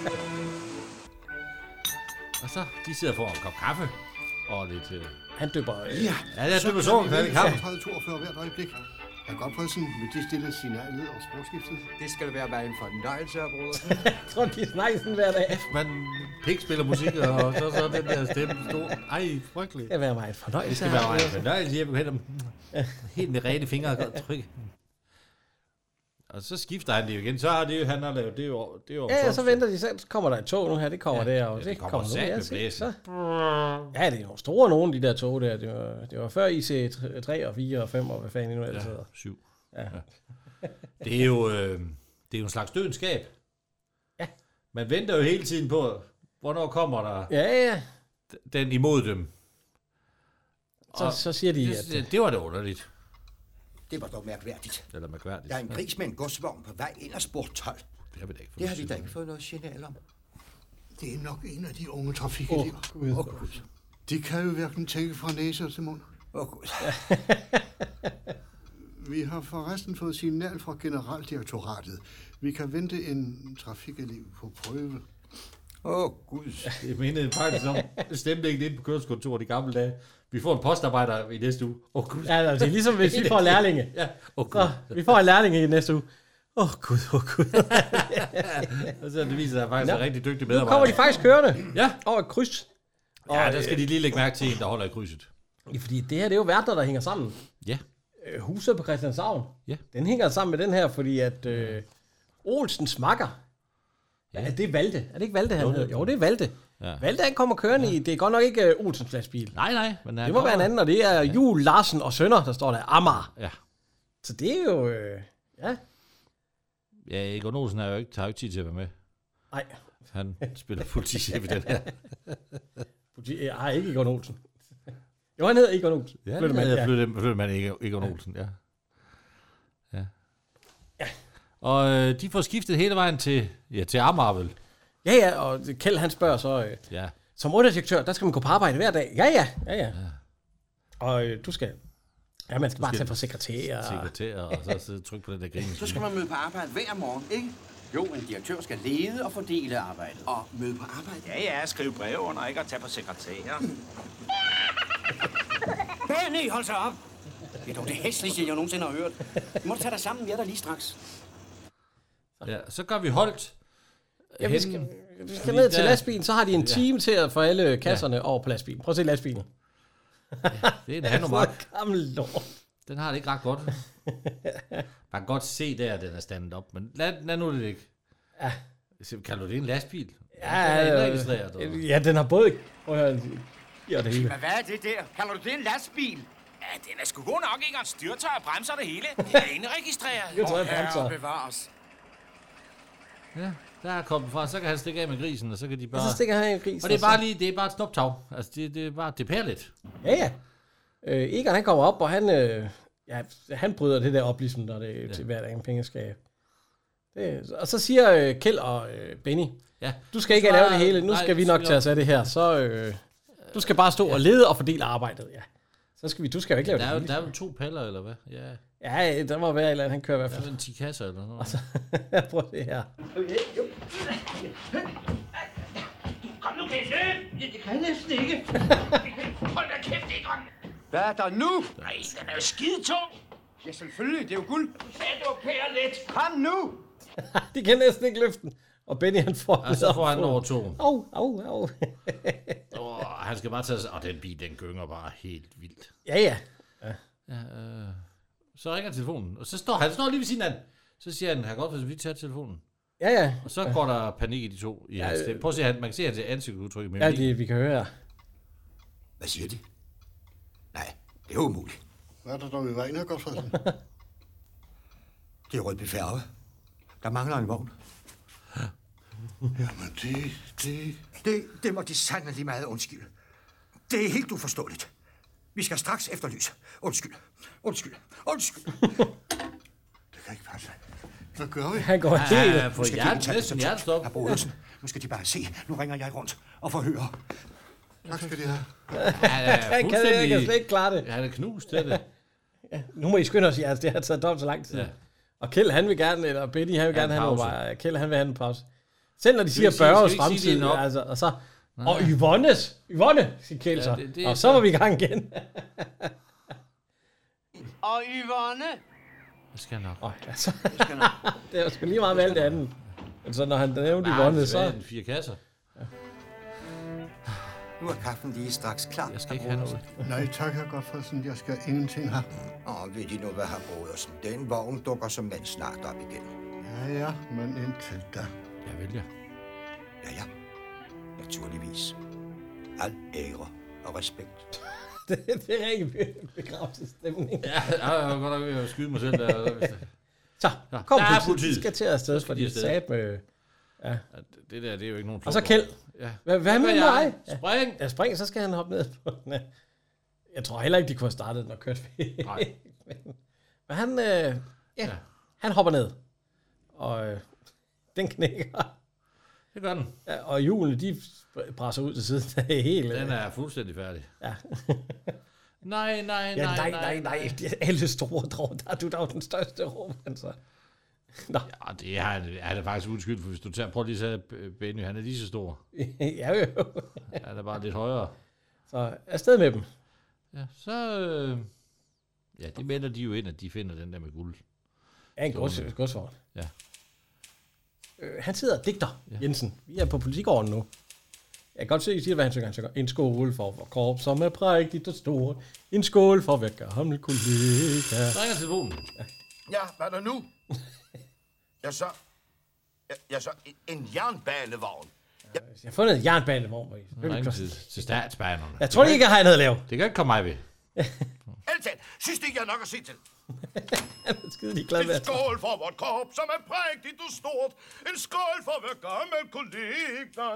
Og så, de sidder for en kop kaffe. Og lidt... Han dypper... Ja, jeg dypper så kan kaffe. 42 hvert øjeblik. Jeg kan godt prøve sådan, vil de stille signalet og sprogskiftet? Det skal være en fornøjelse, Brodersen. Jeg tror, de snakker sådan hver dag. Man spiller musik, og så den der stemme stod. Ej, frygteligt. Det skal være mig en fornøjelse. Det skal være mig en fornøjelse. Jeg vil helt med rene fingre og trykke. Og så skifter han det jo igen. Så har det jo, han har lavet, det er jo ja, så venter de selv. Så kommer der et tog nu her, det kommer der, og det kommer nu her. Ja, det er nogle store nogen, de der tog der. Det var før IC3 og 4 og 5 og hvad fanden endnu ellers hedder. 7. Ja. Det er jo en slags dødenskab. Ja. Man venter jo hele tiden på, hvornår kommer der den imod dem. Så siger de, at... Det var da underligt. Det var dog mærkværdigt. Eller mærkværdigt. Der er en gris med en godsvogn på vej ind og spor 12. Det har vi da ikke fået. Det har vi da ikke fået noget signal om. Det er nok en af de unge trafikelever. Gud. De kan jo hverken tænke fra næse til mund. Gud. Vi har forresten fået signal fra Generaldirektoratet. Vi kan vente en trafikelev på prøve. Gud. Jeg mener faktisk om, det stemte ikke ind på kørselskontoret i gamle dage. Vi får en postarbejder i næste uge. Gud. Ja, det er ligesom hvis vi får lærlinge. Ja. Så, vi får en lærlinge i næste uge. Gud. Og så det viser sig faktisk en rigtig dygtig medarbejder. Nu kommer de faktisk kørende. Ja. Over et kryds. Ja, der skal de lige lægge mærke til en, der holder i krydset. Ja, fordi det her, det er jo værter, der hænger sammen. Ja. Huset på Christianshavn. Ja. Den hænger sammen med den her, fordi at Olsens makker. Ja, det er Valde. Er det ikke Valde, han hedder? Jo, det er Valde. Ja. Valde, han kommer kørende i. Det er godt nok ikke Olsens lastbil. Nej. Men det må være en anden, og det er Juel, Larsen og Sønner, der står der. Amager. Ja. Så det er jo... ja. Ja, Egon Olsen har jo ikke tid til at være med. Nej. Han spiller politichef i den her. Jeg har ikke Egon Olsen. Jo, han hedder Egon Olsen. Ja, flytter man Egon Olsen, ja. Og de får skiftet hele vejen til Amager, vel? Ja, og Kjeld han spørger så, som underdirektør, der skal man gå på arbejde hver dag. Ja. Og du skal, man skal bare tage på sekretær. Og så trykke på den der grin. Så skal man møde på arbejde hver morgen, ikke? Jo, en direktør skal lede og fordele arbejdet. Og møde på arbejde? Ja, skrive breve under, ikke? Og tage på sekretær. Benny, hold så op! Det er dog det hæsligste, jeg nogensinde har hørt. Du må tage dig sammen, vi er der lige straks. Ja, så gør vi holdt. Ja, vi skal ned til lastbilen, så har de en time til at få alle kasserne over på lastbilen. Prøv at se lastbilen. Ja, det er en Hanomag. Gammel lort. Den har det ikke ret godt. Man kan godt se der, at den er standet op, men lad nu det ikke. Ja. Kan du det en lastbil? Ja, den har både... Ja, det hele. Men hvad er det der? Kalder du det en lastbil? Ja, den er sgu god nok, ikke? Og styrtøj og bremser det hele. Det er indregistreret. Herre bevares. Ja, der er kommet fra. Så kan han stikke af med grisen, og så kan de bare... Og så stikker han af grisen. Og det er bare lige, det er bare et snuptag. Altså, det er bare, det pærer lidt. Ja. Egon, han kommer op, og han bryder det der op, ligesom når det er til hver dag en pengeskab. Og så siger Kjeld og Benny, du skal ikke lave det hele, nu skal vi nok tage os af det her, så du skal bare stå og lede og fordele arbejdet, Så skal du skal jo ikke lave det hele. Der er jo 2 paller, eller hvad? Ja, der må være et eller andet, han kører i hvert fald. Der er en 10 kasser eller noget. Og så, prøv det her. Kom nu, Kjeld, løb! Det kan jeg næsten ikke. Hold da kæft, Egon! Hvad er der nu? Nej, den er jo skide tung. Ja, selvfølgelig, det er jo guld. Du sagde, det var pære let. Kom nu! De kan næsten ikke løfte den. Og Benny, han får så får han over 2. Au. Han skal bare tage sig... Og den bil, den gynger bare helt vildt. Ja. Så ringer telefonen, og så står lige ved siden af den. Så siger han, godt, hvis vi tager telefonen. Ja. Og så går der panik i de to. Prøv at se, man kan se hans ansigtsudtryk. Ja, vi kan høre. Hvad siger de? Nej, det er umuligt. Hvad er der dog i vejen her, Godfredsen? Det er Rødby Færge. Der mangler en vogn. Jamen, Det må de sandelig meget undskylde. Det er helt uforståeligt. Vi skal straks efterlyse. Undskyld. Det kan ikke passe. Hvad gør vi? Han går helt... på næsten hjertestop. Nu skal de bare se. Nu ringer jeg rundt og forhører. Tak skal de have. Han kan slet ikke klare det. Han er knust til det. Nu må I skynde os, det har taget dobbelt så lang tid. Ja. Og Kjeld, han vil gerne, eller Benny, han vil gerne have noget. Kjeld, han vil have en pause. Selv når de siger Børges fremtid, altså, og så... Nej. Og Yvonne, siger Kjeld så. Og så var vi i gang igen. Og Yvonne? Det skal nok. Det er jo sgu lige meget med alt det andet. Altså, når han nævnte Yvonne, så... 4 kasser. Ja. Nu er kaffen lige straks klar. Jeg skal ikke have noget. Nej, tak, herr Godfredsen. Jeg skal ingenting have. Ved de nu, hvad herr Brodersen? Den vogn dukker som mand snart op igen. Ja, men indtil da. Jeg vælger. Ja. Naturligvis. Al ære og respekt. det er rigtig begravelsesstemning. Ja, jeg var godt nok ved at skyde mig selv der. Så, kom politiet. De skal til afsted, for de er sat med... Ja. Det der, det er jo ikke nogen... Og så Kjeld. Ja. Hvad med dig? Spring! Ja, spring, så skal han hoppe ned på den. Jeg tror heller ikke, de kunne have startet, når kørte vi. Nej. Men han, han hopper ned. Og den knækker. Det gør den. Ja, og hjulene, de presser ud til siden. Det er helt... Den er fuldstændig færdig. Ja. Nej. Nej. Alle store drog. Der er du dog den største rum, altså. Nå. Ja, det er faktisk uden for hvis du tager... Prøv lige at sige, Benny, han er lige så stor. Ja, jo. Han er bare lidt højere. Så afsted med dem. Ja, så... Ja, det melder de jo ind, at de finder den der med guld. Ja, en godsvogn. Ja. Han sidder og digter, Jensen. Vi er på Politigården nu. Jeg kan godt se, at I siger, hvad han synger. Han synger, en skål for vor korp, som er prægtigt og stor. En skål for hver gammel kollega. Så ringer telefonen. Ja, hvad er der nu? Jeg så en jernbanevogn. Jeg har fundet en jernbanevogn, hvor I ring til statsbanerne. Jeg tror ikke, jeg har noget at lave. Det kan ikke komme mig ved. Altid. Synes det ikke, jeg er nok at se til? Skide de glad med. En skål for vort korp, som er prægtigt og stort. En skål for hver gammel kollega.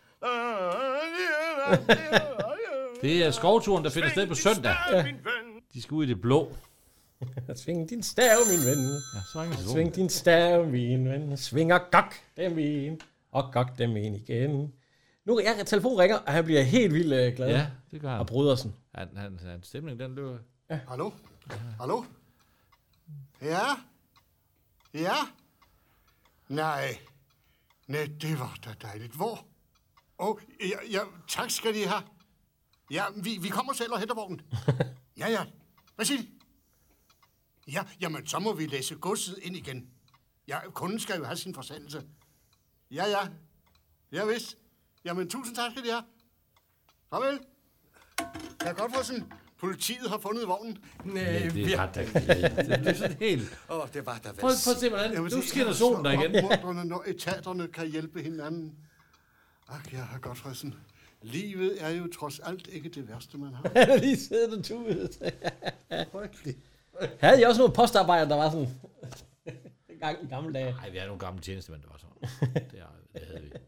Det er skovturen, der finder sted på søndag. Ja. De skal ud i det blå. Sving din stav, min ven. Ja, sving din stav, min ven. Sving og gok dem ind. Og gok dem ind igen. Nu er telefonen ringer, og han bliver helt vildt glad. Ja, det gør han. Og Brodersen. Hans stemning, den løber. Ja. Hallo? Hallo? Ja? Ja? Nej, det var da dejligt. Hvor? Ja, tak skal de have. Ja, vi kommer selv og henter vognen. Ja. Hvad siger de? Ja, jamen, så må vi læse godset ind igen. Ja, kunden skal jo have sin forsendelse. Ja. Ja, vist. Jamen, tusind tak skal de have. Farvel. Ja, Godfredsen. Politiet har fundet vognen. Nej, det er det er sådan helt... det var der vel. Prøv at se, hvordan... Nu skinner solen der igen. Når etaterne kan hjælpe hinanden. Ja, Godfredsen. Livet er jo trods alt ikke det værste, man har. Han er lige siddet og tudet. Havde I også nogle postarbejdere, der var sådan... en gang i gamle dage? Nej, vi havde nogle gamle tjenestemænd, der var sådan. Det havde vi.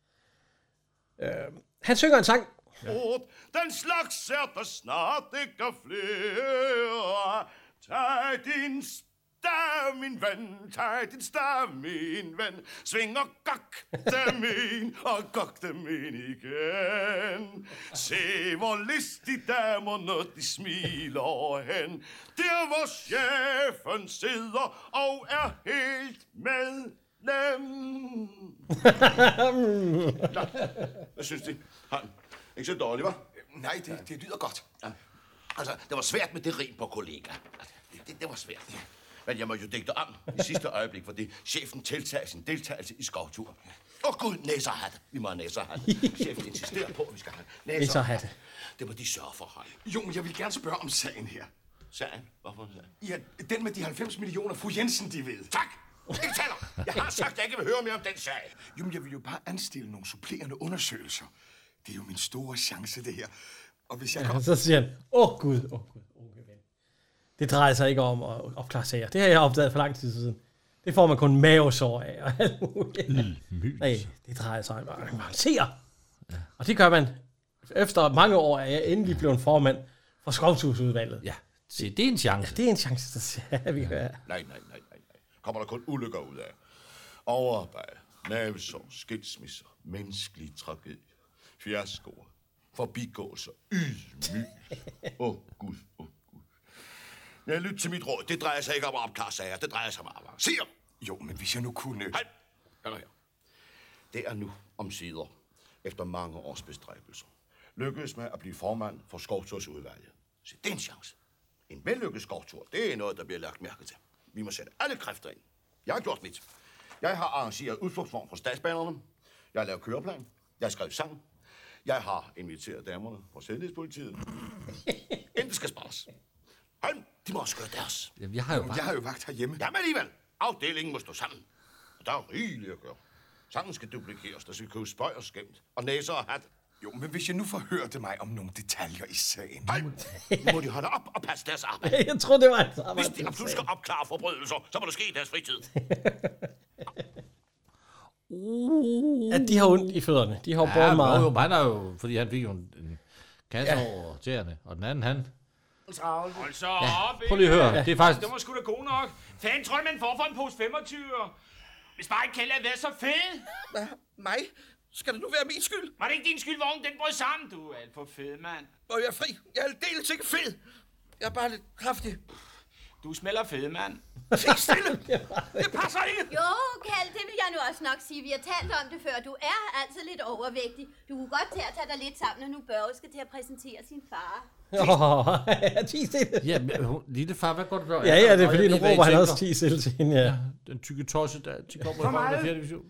Han synger en sang. Ja. Den slags er der snart ikke flere. Tag din stav, min ven, tag din stav, min ven. Sving og gok dem ind, og gok dem ind igen. Se, hvor listige damerne, de smiler hen. Der, hvor chefen sidder og er helt med dem. Hvad synes de? Han? Ikke så dårligt, hva'? Nej, det lyder godt. Ja. Altså, det var svært med det rim på kollega. Altså, det var svært. Ja. Men jeg må jo digte om i sidste øjeblik, fordi chefen tiltager sin deltagelse i skovtur. Gud, næserhatte. Vi må have næserhatte. Chefen insisterer på, at vi skal have næserhatte. Det må de sørge for, hej. Jo, men jeg vil gerne spørge om sagen her. Sagen? Hvorfor sagen? Ja, den med de 90 millioner, fru Jensen, de ved. Tak! Ikke taler! Jeg har sagt, at jeg ikke vil høre mere om den sag. Jo, men jeg vil jo bare anstille nogle supplerende undersøgelser. Det er jo min store chance, det her. Og hvis jeg Så siger han, Gud, unge ven. Det drejer sig ikke om at opklare sager. Det har jeg opdaget for lang tid siden. Det får man kun mavesår af. Og alt muligt. Nej, det drejer sig om at seer. Ja. Og det gør man. Efter mange år er jeg endelig blevet formand for Skovturudvalget. Ja, se, det er en chance. Ja, det er en chance, der siger, vi gør. Nej. Kommer der kun ulykker ud af. Overarbejde, mavesår, skilsmisser, menneskelige tragedier, fiaskoer, forbigåelser, ydmyg. Gud. Jeg lytter til mit råd. Det drejer sig ikke om at opklare sager. Det drejer sig om arbejde. Siger! Jo, men hvis jeg nu kunne... Hej! Hør her. Det er nu omsider, efter mange års bestræbelser, lykkedes med at blive formand for Skovtursudvalget. Så det er en chance. En vellykket skovtur, det er noget, der bliver lagt mærke til. Vi må sætte alle kræfter ind. Jeg har gjort mit. Jeg har arrangeret udflugtsform for statsbanerne. Jeg har lavet køreplan. Jeg har skrevet sang. Jeg har inviteret damerne fra Sædlighedspolitiet. Intet skal spares. Hold, de må også gøre deres. Jamen, jeg har jo vagt herhjemme. Jamen alligevel. Afdelingen må stå sammen. Og der er rigeligt at gøre. Sangen skal duplikeres, der skal købes spøj og skæmt. Og næser og hat. Jo, men hvis jeg nu forhørte mig om nogle detaljer i sagen... Nej, nu må de holde op og passe deres arbejde. Jeg tror, det var et arbejde. Hvis de absolut skal opklare forbrydelser, så må det ske i deres fritid. At de har ondt i fødderne. De har båret meget. Jo, han er jo, fordi han fik jo en kasse over tæerne. Og den anden, han... Hold så op, prøv lige at høre. Det er faktisk... Det var sgu da god nok. Fanden tror jeg, man får for en pose 25. Hvis bare ikke Kjeld havde været så fed. Hvad? Mig? Skal det nu være min skyld? Var det ikke din skyld, vognen den brød sammen? Du er alt for fed, mand. Må jeg er fri? Jeg er aldeles ikke fed. Jeg er bare lidt kraftig. Du smelter fed, mand. Sig stille! Det passer ikke! Jo, Kjeld, det vil jeg nu også nok sige. Vi har talt om det før. Du er altså lidt overvægtig. Du kunne godt til at tage dig lidt sammen, når nu Børge skal til at præsentere sin far. Ja, lille far, hvad går det der? Ja, det er fordi, nu råber han også 10 selv til hende, ja. Den tykke tosse, de kommer fra den 4. division.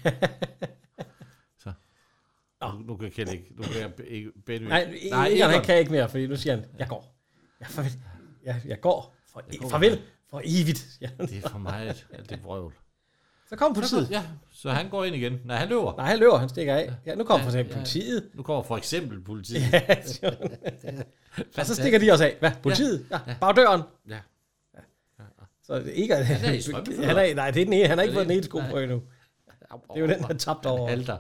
Så. Nu kan Kjeld ikke. Nu kan jeg ikke bede. Nej, han kan ikke mere, fordi nu siger han, jeg går. Jeg går. Farvel for evigt. Ja. Det er for mig det vrøvl. Så kommer politiet. Ja, så han går ind igen. Nej, han løber. Nej, han løber, han stikker af. Ja, nu kommer for eksempel politiet. Nu kommer for eksempel politiet. Og så stikker de også af. Hvad? Politiet? Ja. Bagdøren? Ja. Så ikke... Han er i strømpefødder. Nej, det er den ene. Han har ikke fået den ene sko på endnu. Det er jo den, han tabte over. Alter.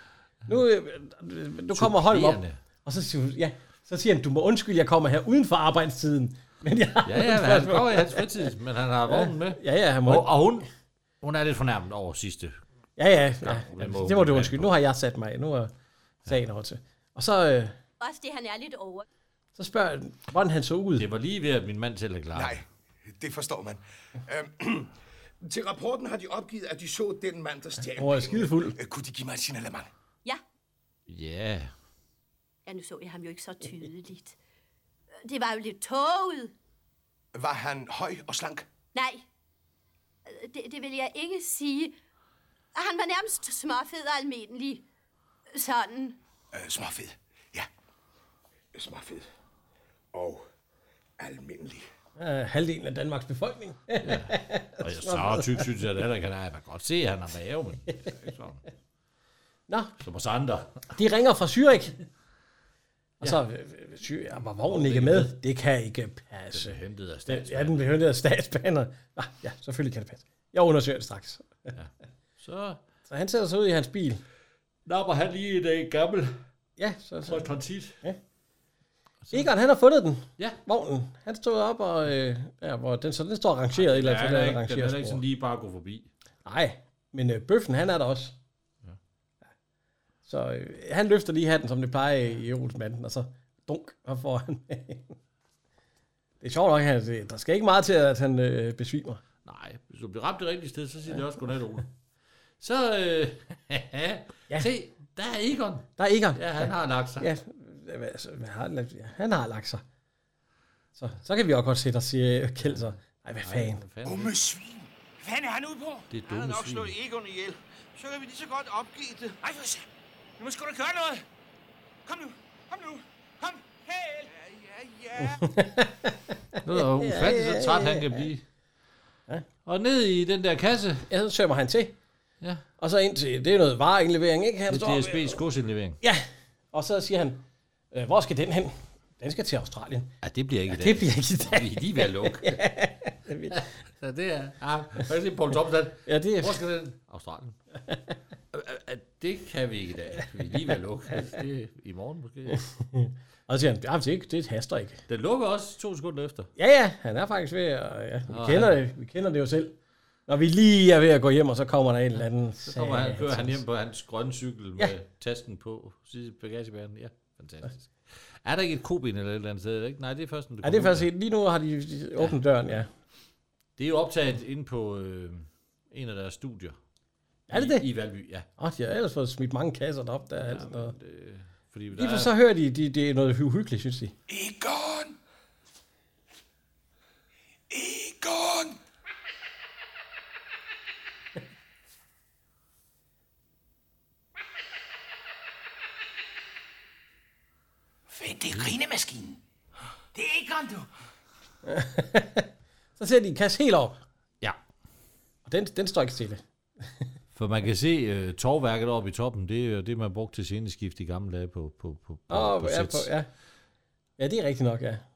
Nu kommer Holm op. Og så siger han, du må undskylde, jeg kommer her uden for arbejdstiden. Men han går i hans fritid, men han har vognen med. Ja, han må. Og hun er lidt fornærmet over sidste. Ja. Det må du undskylde. Nu har jeg sat mig. Nu er sagen over til. Og så... Også det, han er lidt over. Så spørger jeg, hvordan han så ud. Det var lige ved, at min mand selv er klar. Nej, det forstår man. Til rapporten har de opgivet, at de så den mand, der stjal. Hvor er skidefuld. Kunne de give mig et signalement? Ja. Ja. Ja, nu så jeg ham jo ikke så tydeligt. Det var jo lidt tåget. Var han høj og slank? Nej, det vil jeg ikke sige. Han var nærmest småfed og almindelig. Sådan. Småfed, ja. Småfed. Og almindelig. Halvdelen af Danmarks befolkning. Ja. Og jeg så tyk synes jeg, at han kan godt se, at han har mave, men Nå. Som os andre. De ringer fra Zürich. Og så var vognen ikke med. Det kan ikke passe. Den blev hentet af statsbaner. Ja, den blev hentet af statsbaner. Ja, selvfølgelig kan det passe. Jeg undersøger det straks. Ja. Så han sætter sig ud i hans bil. Napper han lige et gammel. Ja, så transit. Ja. Egon, han har fundet den. Ja. Vognen. Han stod op, og hvor den står rangeret i et eller andet. Den er ikke sådan lige bare at gå forbi. Nej, men bøffen, han er der også. Ja. Så han løfter lige hatten, som det plejer i Olsmanden, og så dunk, og får han. Det er sjovt nok, at der skal ikke meget til, at han besvimer. Nej, hvis du bliver ramt det rigtige sted, så siger det også godnat, Ole. Så, se, der er Egon. Der er Egon. Ja, han har lagt sig. Ja, han har lagt sig. Så kan vi også godt sætte og sige Kjeld så. Nej, hvad fanden? Dumme svin. Hvad fanden er han ude på? Det er Han har dumme nok svin. slået Egon ihjel. Så kan vi lige så godt opgive det. Ej, for se. Nu må sgu da gøre noget. Kom nu. Kom. Kjeld. Ja. Nu er ufatteligt så træt, han kan blive. Ja. Og ned i den der kasse. Ja, så sømmer han til. Ja. Og så ind til, det er noget vareindlevering, ikke? Det er DSB's godsindlevering. Ja, og så siger han, hvor skal den hen? Den skal til Australien. Ja, det bliver ikke i dag. Det bliver ikke i dag. Vi er lige ved at lukke. Så det er... Hvad er det, Poul Thomsen? Ja, det er... Hvor skal den? Australien. Det kan vi ikke i dag. Vi er lige ved at lukke. Det er i morgen måske. Og så siger han, det haster ikke. Den lukker også 2 sekunder efter. Ja, han er faktisk ved at... Vi kender det jo selv. Når vi lige er ved at gå hjem, og så kommer der en eller anden... Så kører han hjem på hans grønne cykel med tasken på side bagagebæren. Ja, fantastisk. Er der ikke et koben eller et eller andet sted? Ikke? Nej, det er først, når det er først. Lige nu har de åbnet døren, ja. Det er jo optaget inde på en af deres studier. Er det det? I Valby, ja. De har ellers fået smidt mange kasser derop der. Ja, noget. Fordi lige for så hører de, det er noget uhyggeligt, synes de. Egon! Egon! Fedt, det er grinemaskinen. Det er Egon, du. Så ser de en kasse helt op. Ja. Og den står ikke stille. For man kan se torvværket oppe i toppen, det er jo det, man brugte til sceneskift i gamle dage på sets. Ja, det er rigtigt nok, ja.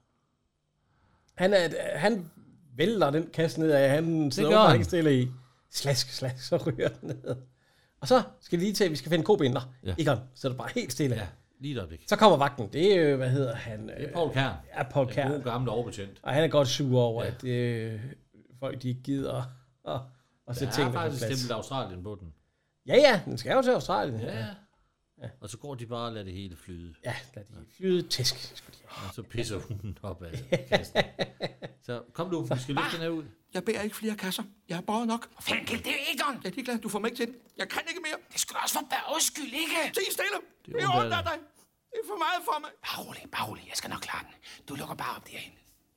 Han vælter den kasse ned af, han sidder ikke stille i. Slask, så ryger den ned. Og så skal de lige til, at vi skal finde kobinder. Ja. Egon, så er det bare helt stille. Ja, lige der ikke. Så kommer vagten. Det er jo, hvad hedder han? Det er Paul Kern. Ja, Paul Kern. Den gode gamle overbetjent. Og han er godt sur over, at folk de ikke gider at sætte tingene på plads. Der er faktisk stemplet Australien på den. Ja, den skal jo til Australien. Ja. Og så går de bare og lader det hele flyde. Ja, lad det flyde tæsk. Og så pisser hunden op af kassen. Så kom nu, vi skal løfte den her ud. Jeg bærer ikke flere kasser. Jeg har båret nok. Hvor fanden kan det er Egon? Jeg er glad, du får mig ikke til den. Jeg kan ikke mere. Det skulle også for Børges skyld, ikke? Se stille. Det er ondt af dig. Det er for meget for mig. Bare rolig. Jeg skal nok klare den. Du lukker bare op derhen.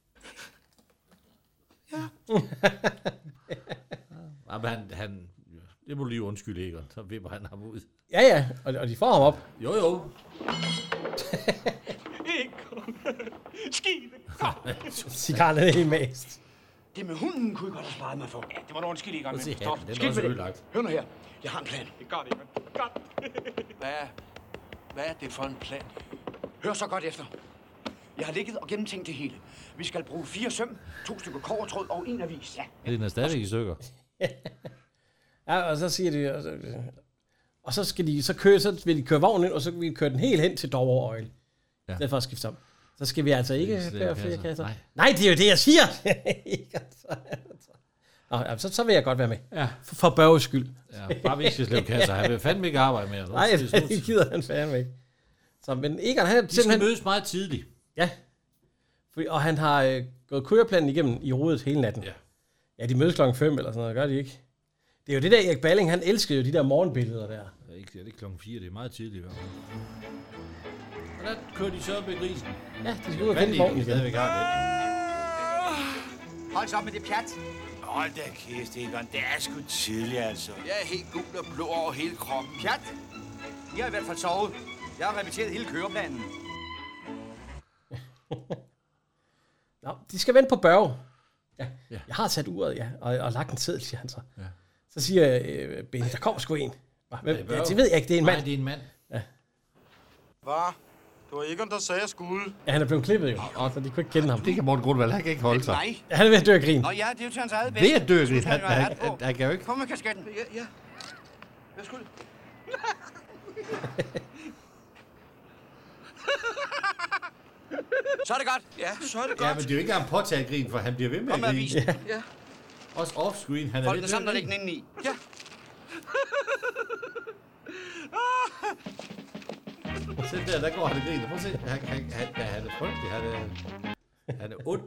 Ja. Han, det må du lige undskylde, Egon. Så vipper han ham ud. Ja, og de får ham op. Jo. Egon. Skide. Cigaren er helt mast. Det med hunden kunne I godt have sparet mig for. Ja, det må du undskylde, Egon. Den Stop. er også ødelagt. Hør nu her. Jeg har en plan. Det gør det, Egon. Godt. Hvad er det for en plan? Hør så godt efter. Jeg har ligget og gennemtænkt det hele. Vi skal bruge 4 søm, 2 stykker kobbertråd og en avis. Ja. Den er stadig i stykker. Ja, og så siger de... Og så skal de så vil de køre vognen ind, og så vil de køre den helt hen til Dover Oil. Ja. Det er for at skifte om. Så skal vi altså ikke have flere kasser. Nej, det er jo det, jeg siger. Så vil jeg godt være med. Ja. For Børges skyld. Ja, bare vi skal slæve kasser. Han vil fandme ikke arbejde mere. Nej, det gider han fandme ikke. Så, men Egon, han de skal mødes meget tidligt. Ja. Og han har gået køreplanen igennem i rodet hele natten. Ja, de mødes 5:00 eller sådan noget, gør de ikke? Det er jo det der, Erik Balling, han elsker jo de der morgenbilleder der. Det er ikke 4:00, det er meget tidligt i hvert fald. Og der kører de så op i grisen. Ja, de skal ud og finde vognen igen. Hold så op med det pjat. Hold da kæft, Egon. Det er sgu tidligt, altså. Jeg er helt gul og blå over hele kroppen. Pjat? I har i hvert fald sovet. Jeg har repeteret hele køreplanen. Nå, de skal vente på Børge. Ja. Jeg har sat uret, og lagt en seddel, siger han så. Ja. Så siger Benny, der kommer sgu en. Ja, det ved jeg ikke, det er en mand. Nej, det er en mand. Ja. Hvad? Det var Egon, der sagde, at jeg skulle. Ja, han er blevet klippet jo, så de kunne ikke kende ham. Det kan Morten Grundvald, han kan ikke holde sig. Nej. Ja, han er ved at dø af grin. Nå ja, det er jo til hans eget Ved at dø af grin? Han kan jo ikke. Kom med kasketten. Ja. Værsgo. Så er det godt. Ja, så er det godt. Ja, men det er jo ikke engang påtaget grin, for han bliver ved med Kom med at grine. avisen. Ja. Også offscreen, han er Hold ved den at sammen, der dø. ligger den inde i. Ja. Se der går han og griner. Prøv at se, han er frygtelig, han er ond.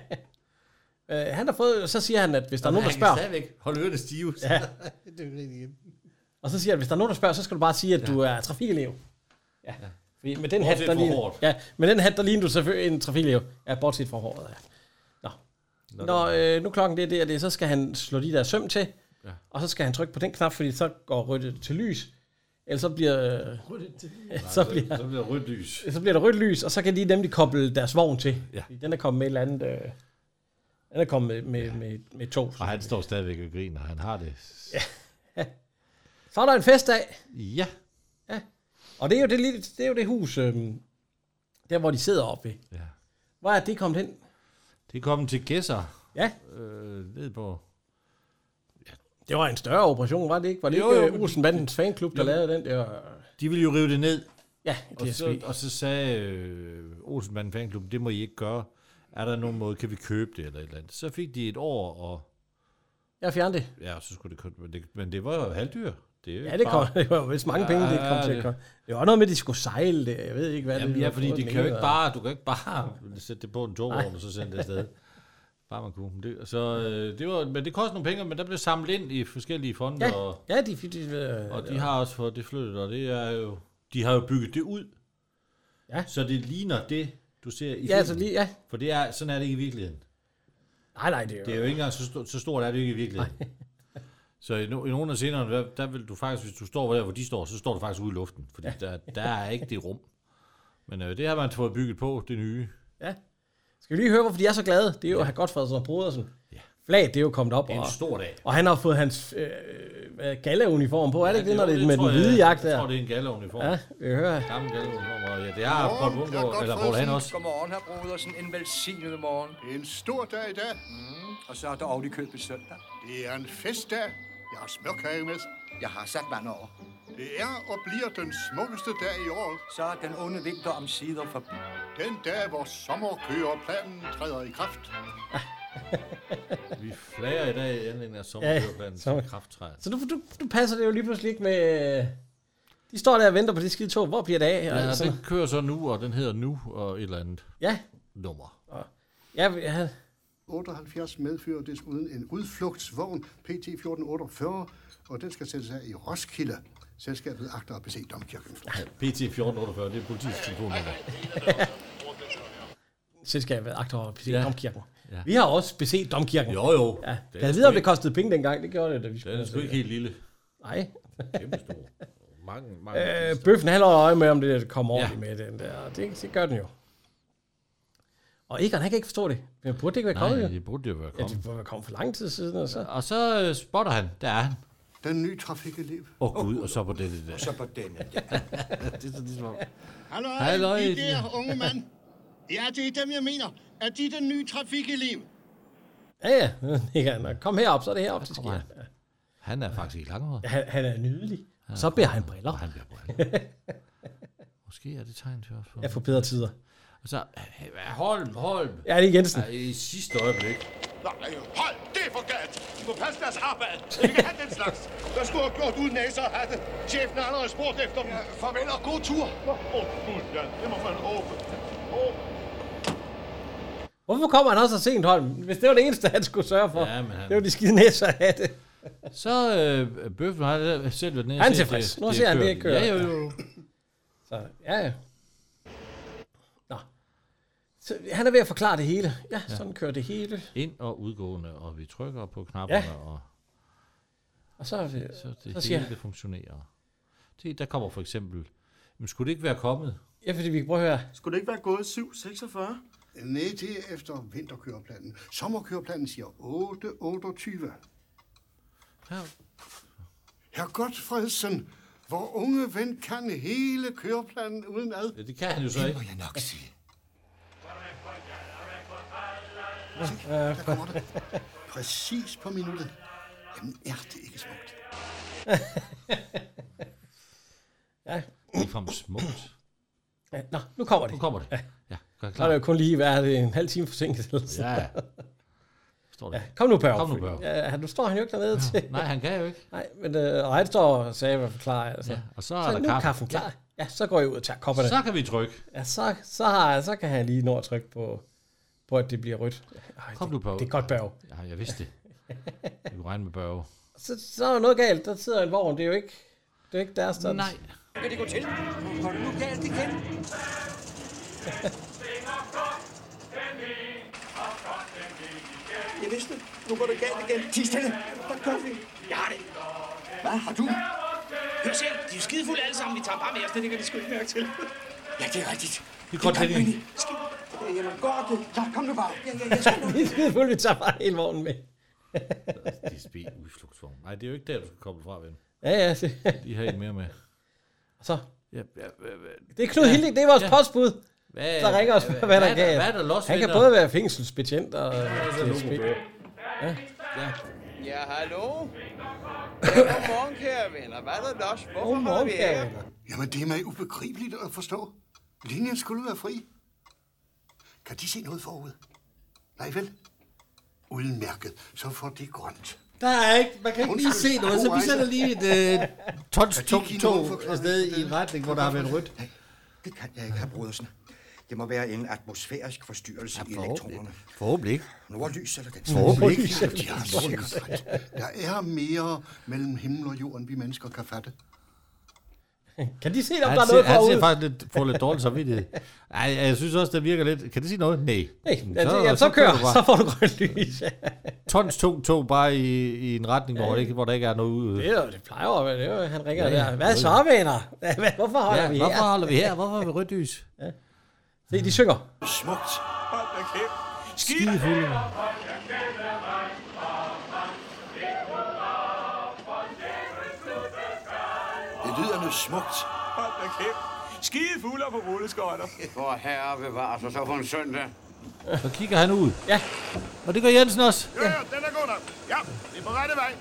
Han har fået, så siger han, at hvis der er nogen, der spørger... Han kan stadigvæk holde ørerne stive. Ja. Det er igen. Og så siger han, hvis der er nogen, der spørger, så skal du bare sige, at du er trafikelev. Ja. Fordi med den hat, Bortset der fra ligner... håret. Ja, med den hat, der ligner du selvfølgelig en trafikelev. Ja, bortset fra håret, ja. Når nu klokken det er det, så skal han slå de der søm til, og så skal han trykke på den knap, fordi så går rødt til lys. Ellers så bliver... så bliver rødt lys. Så bliver der rødt lys, og så kan de nemlig koble deres vogn til. Ja. Den er kommet med et eller andet... Den er kommet med tog. Og han står stadigvæk og griner, han har det. Ja. Så er der en festdag. Ja. Og det er jo det hus, der hvor de sidder oppe ved. Ja. Hvor er det kommet hen? Det er kommet til Gæsser. Ja. Ned på... Det var en større operation, var det ikke? Var det ikke Olsen-bandens fanklub, der lavede den der? De ville jo rive det ned. Ja, og så sagde Olsen-banden fanklub, det må I ikke gøre. Er der nogen måde, kan vi købe det eller et eller andet? Så fik de et år og... Ja, fjerne det. Ja, så skulle det købe det. Men det var jo halvdyr. Det var jo vist mange penge, det kom til at komme. Det var noget med, at de skulle sejle det. Jeg ved ikke, hvad det var. Ja, fordi de kan jo ikke bare, du kan ikke bare sætte det på en togvogn og så sende det afsted. Bare man kunne. Men det kostede nogle penge, men der blev samlet ind i forskellige fonde. Ja, og de har også fået det flyttet, og det er jo... De har jo bygget det ud. Ja. Så det ligner det, du ser i filmen. For det er, sådan er det ikke i virkeligheden. Nej, det er jo ikke engang så stort er det ikke i virkeligheden. Så i nogle af scenerne, der vil du faktisk, hvis du står der, hvor de står, så står du faktisk ude i luften. Fordi der er ikke det rum. Men det har man fået bygget på, det nye. Ja. Skal vi lige høre, hvorfor de er så glade? Det er jo Godfredsen og Brodersen. Ja. Flag, det er jo kommet op. Det er en stor dag. Og han har fået hans galla-uniform på. Er det ikke det, når det er med den jeg, hvide jagt der? Jeg tror, det er en galla-uniform. Ja, vi hører. Gammel galla-uniform. Og ja, det har Poul Bundgaard, eller Poul Han også. Godmorgen, hr. Brodersen. En velsignet morgen. Det er en stor dag i dag. Og så er der oven i købet søndag. Det er en festdag. Jeg har smørkage med. Jeg har sat vand over. Det er og bliver den smukkeste dag i år. Så er den onde vinter om sider forbi. Den dag, hvor sommerkøreplanen træder i kraft. Vi flager i dag i anledning af sommerkøreplanen som krafttræder. Så du passer det jo lige pludselig ikke med... De står der og venter på det skide tog. Hvor bliver det af? Ja, den kører så nu, og den hedder Nu og et eller andet nummer. Ja. 78 medfører desuden en udflugtsvogn PT 1448, og den skal sættes af i Roskilde. Selskabet agter at bese domkirken. PT 1448, det er politiets telefonnummer. Selskabet agter at bese domkirken. Ja. Vi har også beset domkirken. Jo. Ja. Jeg ved, om det kostede penge dengang. Det gjorde det, da vi skulle. Den er sgu ikke helt lille. Nej. Kæmpe stor. Mange Bøffen, han holder øje med, om det kommer ordentligt med den der. Det gør den jo. Og Egon, han kan ikke forstå det. Men burde det ikke være kommet? Nej, det burde jo være kommet. Ja, det burde være kommet for lang tid siden. Og så spotter han. Der er han. Den nye trafikelev. Gud, og så på denne der. Og så på denne der. Det er så ligesom... Halløj, de der unge mand. Ja, det er dem, jeg mener. Er de den nye trafikelev? Ja. Egon, kom herop, så er det herop til sker. Han er faktisk ikke langhåret. Han er nydelig. Så bærer han briller. Han bærer briller. Måske er det tegn til os. Ja, for bedre tider. Og så, Holm. Ja, det er Jensen. I sidste øjeblik. Nej, hold! Det er for galt! De må passe deres arbejde. De kan have den slags. Der skulle have gjort uden næser og hatte. Chefen har allerede spurgt efter dem. Ja, farvel og god tur. Gud, ja, det må man håbe. Hvorfor kommer han også så sent, Holm? Hvis det var det eneste, han skulle sørge for. Ja, men det var de skide næser og hatte. Så Bøffen har selv været nede. Han er tilfreds. Nu ser han det kører. Ja, jo. Så, ja. Nå. Så han er ved at forklare det hele. Ja, sådan kører det hele. Ind- og udgående, og vi trykker på knapperne, og så det hele det fungerer. Der kommer for eksempel, men skulle det ikke være kommet? Ja, fordi vi kan prøve at høre. Skulle det ikke være gået 7.46? Nej, det er efter vinterkøreplanen. Sommerkøreplanen siger 8.28. Ja. Herr Godfredsen, vor unge ven kan hele køreplanen udenad. Ja, det kan han jo så ikke. Det må jeg nok sige. Der kommer det. Præcis på minuttet. Jamen, er det ikke smukt? Ja. Ligefrem smukt. Ja, nå, nu kommer det. Nu kommer det. Ja, gør Så klar. er det jo kun lige været en halv time forsinket. Ja. Står det. Ja, kom nu, Børge. Kom nu, Børge. Ja, nu står han jo ikke dernede til. Nej, han kan jo ikke. Nej, men han står og sagde, hvad forklarer. Altså. Ja, og så er der nu kaffe. kaffen klar. Ja, så går jeg ud og tager kopperne. Så kan vi trykke. Ja, så kan han lige nå at trykke på at det bliver rødt. Kom nu, Børge. Det er godt, Børge. Ja, jeg vidste det. Jeg kunne regne med Børge. Så er der noget galt. Der sidder en vogn. Det er jo ikke deres stans. Nej. Kan det gå til? Går det nu galt igen? Jeg vidste det. Nu går det galt igen. Tig stille. Hvad gør vi? Jeg har det. Hvad har du? Hør selv, de er jo skidefulde alle sammen. Vi tager bare med os, det kan de sgu ikke mærke til. Ja, det er rigtigt. Vi går til det. Jamen, går det. Så kom nu bare. Jeg skal nu. Vi er skidefulde, vi tager bare hele vognen med. DSB udflugtsvogn. Nej, det er jo ikke der, du skal koble fra, ven. Ja. De har ikke mere med. Så. Ja. Det er Knud Hilding, det er vores postbud. Der ringer os, hvad der er galt. Hvad er der los? Han kan både være fængselsbetjent og DSB. Ja. Ja, hallo? Godmorgen, kære venner. Hvad er der los? Hvorfor har vi her? Jamen, det er mig ubegribeligt at forstå. Linjen skulle være fri. Kan de se noget forud? Nej vel? Udmærket, så får de grønt. Der er ikke, man kan ikke lige se noget, så vi sætter lige et tons tungt tog afsted i en retning, hvor der har været rødt. Det kan jeg ikke have, Brodersen. Det må være en atmosfærisk forstyrrelse i elektronerne. Forhåbentlig ikke. Nordlys eller den Forhåbentlig ikke. De har sikkert ret. Der er mere mellem himmel og jorden, vi mennesker kan fatte. Kan de se, om der er noget forud? Han forud? ser faktisk lidt dårligt samvittighed. Nej, jeg synes også, det virker lidt. Kan de sige noget? Nej. Så kør, så får du grønt lys. Tons tungt tog bare i en retning, hvor der ikke er noget ude. Det plejer jo at være, det er jo, han ringer der. Hvad så, venner? Hvorfor holder vi her? Hvorfor holder vi her? Hvorfor har vi rødt lys? Ja. Se, de synger. Smukt. Hold da kæft. Skidefulde. Det lyder nu smukt. Hold da kæft. Skidefulde på rulleskøjter. Hvor herre bevares os så på en søndag. Så kigger han ud. Ja. Og det gør Jensen også. Ja, den er god nok. Ja, vi er på rette vej.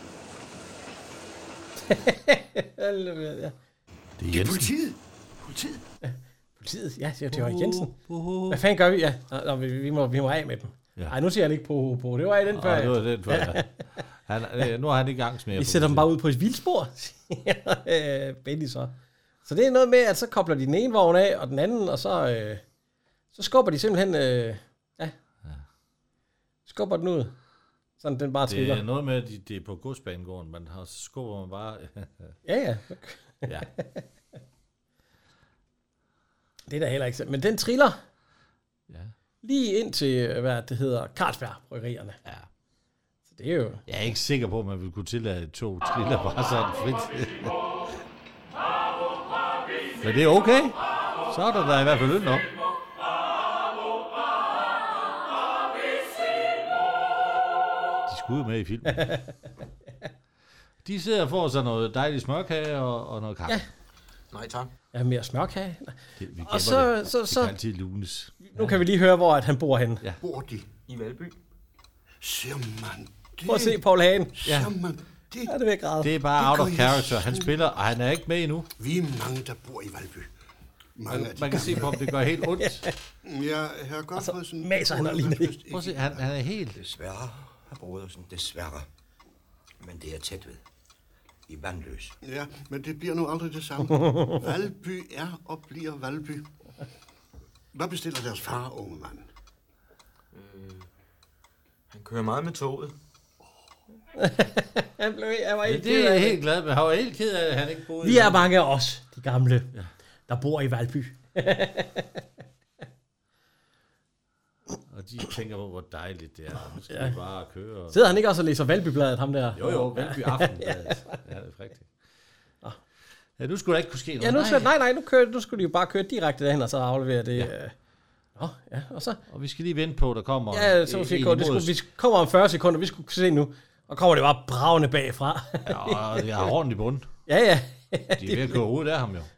Ja. Det er Jensen. Politiet. Politiet, ja, det var Jensen. Hvad fanden gør vi? Ja, nå, vi må af med dem. Ja. Ej, nu siger han ikke på. Det var i den før. Det var den før, ja. Nu er han i gang med. Vi sætter dem bare ud på et vildspor, siger Benny så. Så det er noget med, at så kobler de den ene vogn af, og den anden, og så skubber de simpelthen, skubber den ud. Sådan den bare triller. Det er noget med, at det er på godsbanegården, men så skubber man bare. Ja. Ja. Det er da heller ikke så. Men den triller Ja. lige ind til, hvad det hedder, Carlsberg-bryggerierne. Ja. Så det er jo... Jeg er ikke sikker på, at man vil kunne tillade 2 triller bare sådan frit. Men det er okay. Så er der i hvert fald løn nok. De skulle med i filmen. De sidder og får sig noget dejligt smørkage og noget kaffe. Ja. Nej, tak. Ja, mere smørkage. Vi Og så, det. så, Det så, kan altid lunes. nu kan vi lige høre, hvor at han bor henne. Ja. Bor de? I Valby. Ser man det? Prøv at se Paul Hagen. Ser man det? Ja, det vil jeg græde. Det er bare out of går i character. Han spiller, og han er ikke med endnu. Vi er mange, der bor i Valby. Man kan se på, om det gør helt ondt. Ja, herre Godfredsen. Maser han og ligner det. Prøv at se, han er helt... Desværre, herr Brodersen, desværre. Men det er tæt ved. I Vandløs. Ja, men det bliver nu aldrig det samme. Valby er og bliver Valby. Hvad bestiller deres far, unge mand? Han kører meget med toget. Han var helt Det er jeg helt glad med. Han var helt ked af, at han ikke boede. Vi er mange af os, de gamle, der bor i Valby. Og de tænker på, hvor dejligt det er. Nu skal vi bare køre. Sidder han ikke også og læser Valbybladet, ham der? Jo, Valby Aftenbladet. Ja, det er rigtigt. Ja, nu skulle der ikke kunne ske noget. Ja, nu skulle de jo bare køre direkte derhen, og så aflevere det. Og så... Og vi skal lige vente på, der kommer Ja, så vi kommer om 40 sekunder, vi skulle se nu. Og kommer det bare bravende bagfra. Ja, og jeg har hånden i bunden. Ja, ja. De er ved at gå ud af ham jo.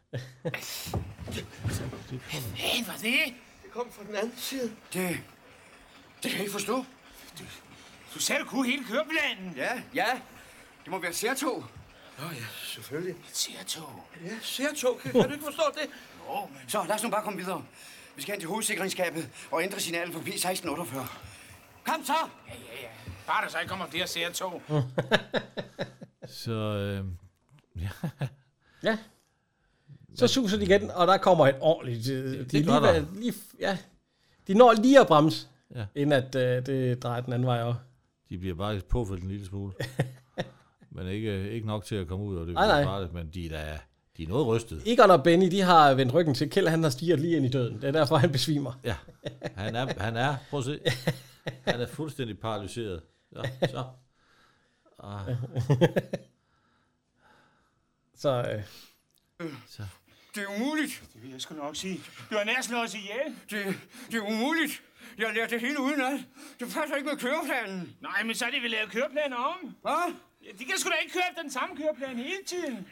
Hey, hvad er det? Det kom fra den anden side. Det kan jeg ikke forstå. Du sagde, du kunne hele køreplanen. Ja. Det må være særtog. Nå ja, selvfølgelig. Særtog? Ja, særtog. Kan du ikke forstå det? Jo, men... Så lad os nu bare komme videre. Vi skal hen til hovedsikringsskabet og ændre signalet på P1648. Kom så! Ja. Bare der så ikke kommer flere særtog. Så, Ja. Så suser de igen, og der kommer et ordentligt... De når lige at bremse, inden at det drejer den anden vej op. De bliver bare påfældt en lille smule. Men ikke nok til at komme ud, og det Nej. bare, men de er noget rystet. Egon og Benny, de har vendt ryggen til. Kjeld, han har stiget lige ind i døden. Det er derfor, han besvimer. Ja, han er, prøv at se, han er fuldstændig paralyseret. Så. Så. Det er umuligt. Det vil jeg sgu nok sige. Du har nær slået os ihjel. Det er umuligt. Jeg har lært det hele udenad. Det passer ikke med køreplanen. Nej, men så har de vel lavet køreplaner om. Hvad? Ja, de kan sgu da ikke køre efter den samme køreplan hele tiden.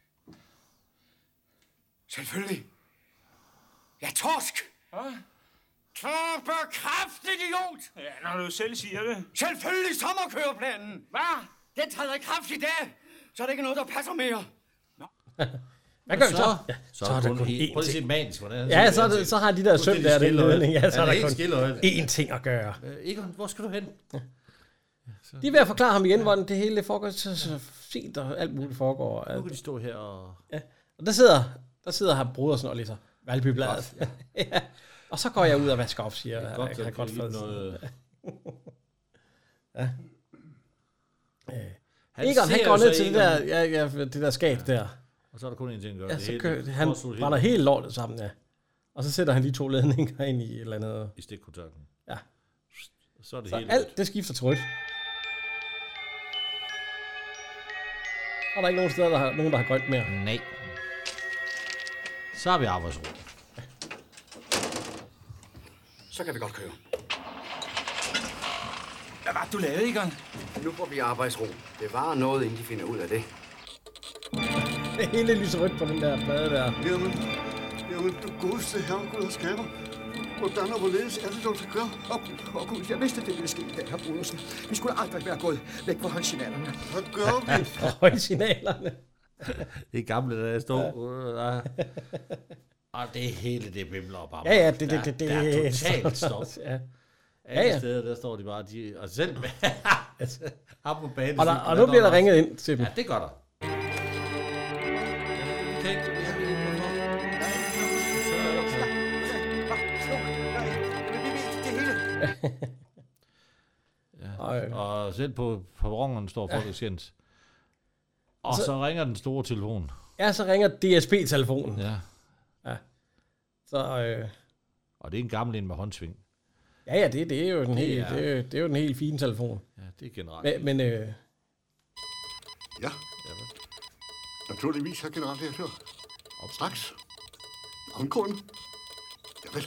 Selvfølgelig. Ja, torsk. Hvad? Bekræft, idiot! Ja, når du selv siger det. Selvfølgelig sommerkøreplanen. Hvad? Den træder i kraft i dag. Så er det ikke noget, der passer mere. Hvad gør vi så? Ja, så er der kun én. Prøv at se manisk, hvordan Ja, så har de der søm der, den ledning. Ja, så er der kun én ting at gøre. Egon, hvor skal du hen? De er ved at forklare ham igen, hvordan det hele foregår så fint, og alt muligt foregår. Nu kan de stå her og... Ja. Og der sidder her Brodersen og læser Valbybladet. Ja. Og så går jeg ud og vasker op, siger jeg. Godt, jeg godt noget... Egon, han går ned til det der skab der. Og så er der kun en ting at gøre. Ja, så han brænder helt lortet sammen, ja. Og så sætter han de 2 ledninger ind i et eller andet... I stikkontakten. Ja. Så er det så helt alt det skifter til rødt. Og der er ikke nogen steder, der har grønt mere. Nej. Så har vi arbejdsro. Så kan vi godt køre. Hvad var det, du lavede, Egon? Nu får vi arbejdsro. Det var noget, inden de finder ud af det. Det hele lyser rødt på den der plade der. Jamen, du godeste herregud og skaber. Hvordan og hvorledes er det, du skal gøre? Åh Gud, jeg vidste, det ville ske i dag, herr Brodersen. Vi skulle aldrig være gået væk fra håndsignalerne. Hvad gør vi? Håndsignalerne. Det er gamle, der står. Og det hele, det bimler op. Ja, det er totalt stop. Ja. Alle steder, der står de bare, og selv op på banen. Og nu bliver der ringet ind til dem. Ja, det gør der. Og selv på perronen står folk og skændes. Og så ringer den store telefon. Ja, så ringer DSB-telefonen. Ja. Så, og det er en gammel en med håndsving. Ja, det er jo den helt, det er jo den helt fine telefon. Ja, det er generelt. Men Ja. Naturligvis har generaldirektør. Og straks. Omgående. Javel.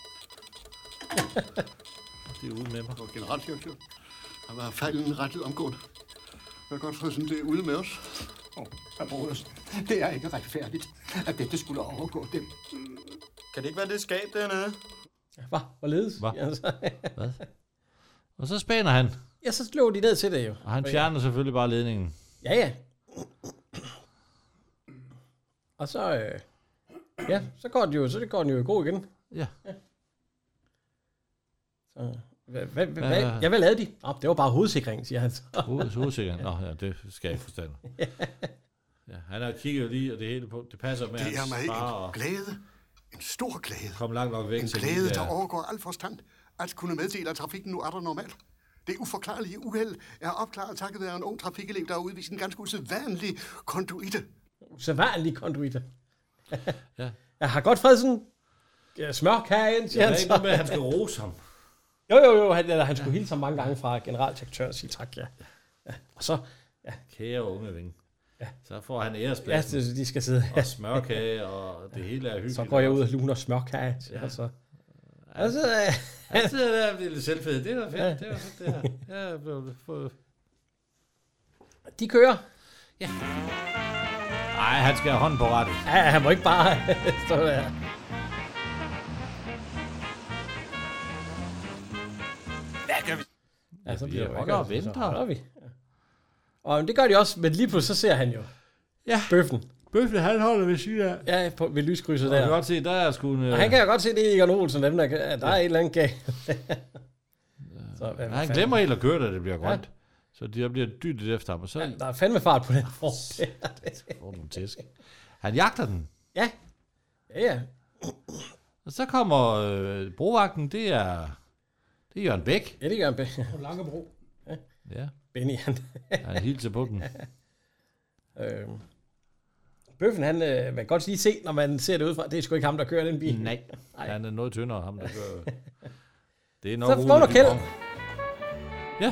Det er ude med mig. Og generaldirektør. Der var fejlen rettet omgående. Jeg kan godt få sådan det ude med os. Herr Brodersen, det er ikke retfærdigt, at dette skulle overgå dem. Kan det ikke være det skab dernede? Hvad? Hvorledes? Hvad? Og så spænder han. Ja, så slår de ned til det jo. Og han fjerner selvfølgelig bare ledningen. Ja. Og så... så går den jo i god igen. Ja. Så... Hvad lavede de? Det var bare hovedsikringen, siger han så. Hovedsikringen? Nå, ja, det skal jeg ikke forstå. Ja, han har kigget lige, og det hele på, det passer med det er mig en glæde. En stor glæde. Kom langt nok væk. En glæde, der overgår al forstand. At kunne meddele, at trafikken nu er der normalt. Det uforklarlige uheld er opklaret takket være en ung trafikelev, der har udvist en ganske usædvanlig konduite. Usædvanlig konduite? Ja. Jeg har godt Fredsen. Smørkagen, siger han så. Det er ikke noget med, at han skal rose ham. Jo, han skulle hilse ham mange gange fra generaldirektøren og sige tak, ja. Og så, Kære unge ven. Ja. Så får han ærespladsen. Ja, de skal sidde. Og smørkage, og det hele er hyggeligt. Så går jeg ud og luner smørkage. Ja. Så. Han sidder der og bliver lidt selvfed. Det var fedt. Ja. Det var fedt, det her. Ja, De kører. Ja. Nej, han skal have hånden på rettet. Ja, han må ikke bare stå der. Hvad gør vi? Ja, så vi bliver det holder og venter. Så holder vi. Og det gør de også, men lige pludselig så ser han jo bøffen. Bøffen, han holder ved siden af. Ja, ved lyskrydset der. der. Jeg kan godt se, der er sgu en... Og han kan jo godt se, det er Egon Olsen, dem der er et eller andet galt. Så, han glemmer helt at køre, da det bliver grønt. Ja. Så de bliver dyttet efter ham. Og så... Ja, der er fandme fart på den form. Får nogle tæsk. Han jagter den. Ja. Ja. Og så kommer brovagten, det er Jørgen Bæk. Ja, det er Jørgen Bæk. På Langebro. Ja. Benny, han hilser på den. Bøffen, han kan godt lige se, når man ser det udefra, det er sgu ikke ham, der kører den bil. Nej. Han er noget tyndere, ham der kører. Det er nok så får du Kjeld. Ja.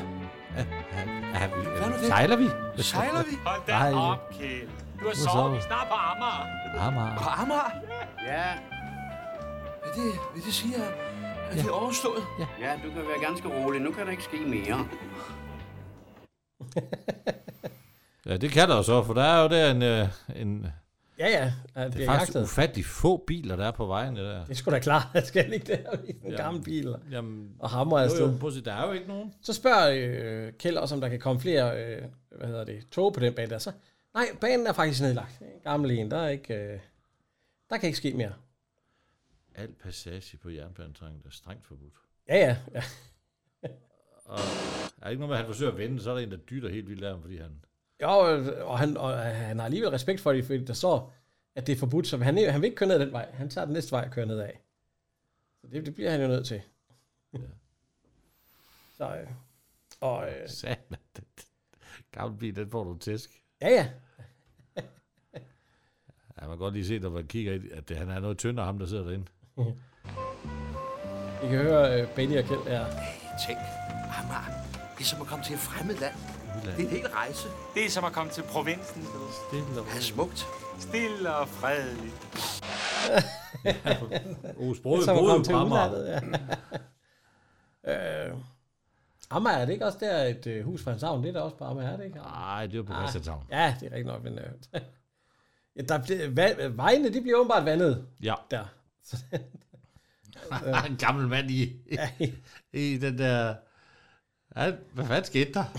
Sejler vi? Sejler vi? Hold da op, Kjeld. Du har sovet, vi er snart på Amager. På Amager? Ja. Vil det sige, at det er overstået? Ja, du kan være ganske rolig. Nu kan der ikke ske mere. Ja, det kan der jo så, for der er jo der en Ja. Det er faktisk ufattelig få biler, der er på vejen. Det er sgu da klart, at skal ikke der en gammel bil og hammer afsted. Der er jo ikke nogen. Så spørger Kjeld også, om der kan komme flere tog på den bane der. Så, nej, banen er faktisk nedlagt. Gammel en, der kan ikke ske mere. Al passage på jernbaneterrænet er strengt forbudt. Ja. Og er ikke noget med, at han forsøger at vende, så er der en, der dytter helt vildt af ham, fordi han... Jo, og han har alligevel respekt for det, fordi der står, at det er forbudt, så han vil ikke køre ned den vej. Han tager den næste vej og kører nedad. Så det bliver han jo nødt til. Ja. Så, gammel bil, den får du tæsk. Ja. Ja, man kan godt lige se, når man kigger ind, at han er noget tyndere, ham der sidder derinde. I kan høre Benny og Kjeld her. Tænk, Amager, det er som at komme til et fremmed land. Det er en hel rejse. Det er som at komme til provinsen. Stille og smukt. Stille og fredeligt. Sproget boede på Amager. Amager, er det ikke også der et hus fra en savn? Det er der også på Amager, er det ikke? Nej, det er på Christianshavn. Ja, det er rigtig nok. Men, vejene, de bliver åbenbart vandet. Ja. Der. En gammel mand i den der... Ja, hvad fanden skete der?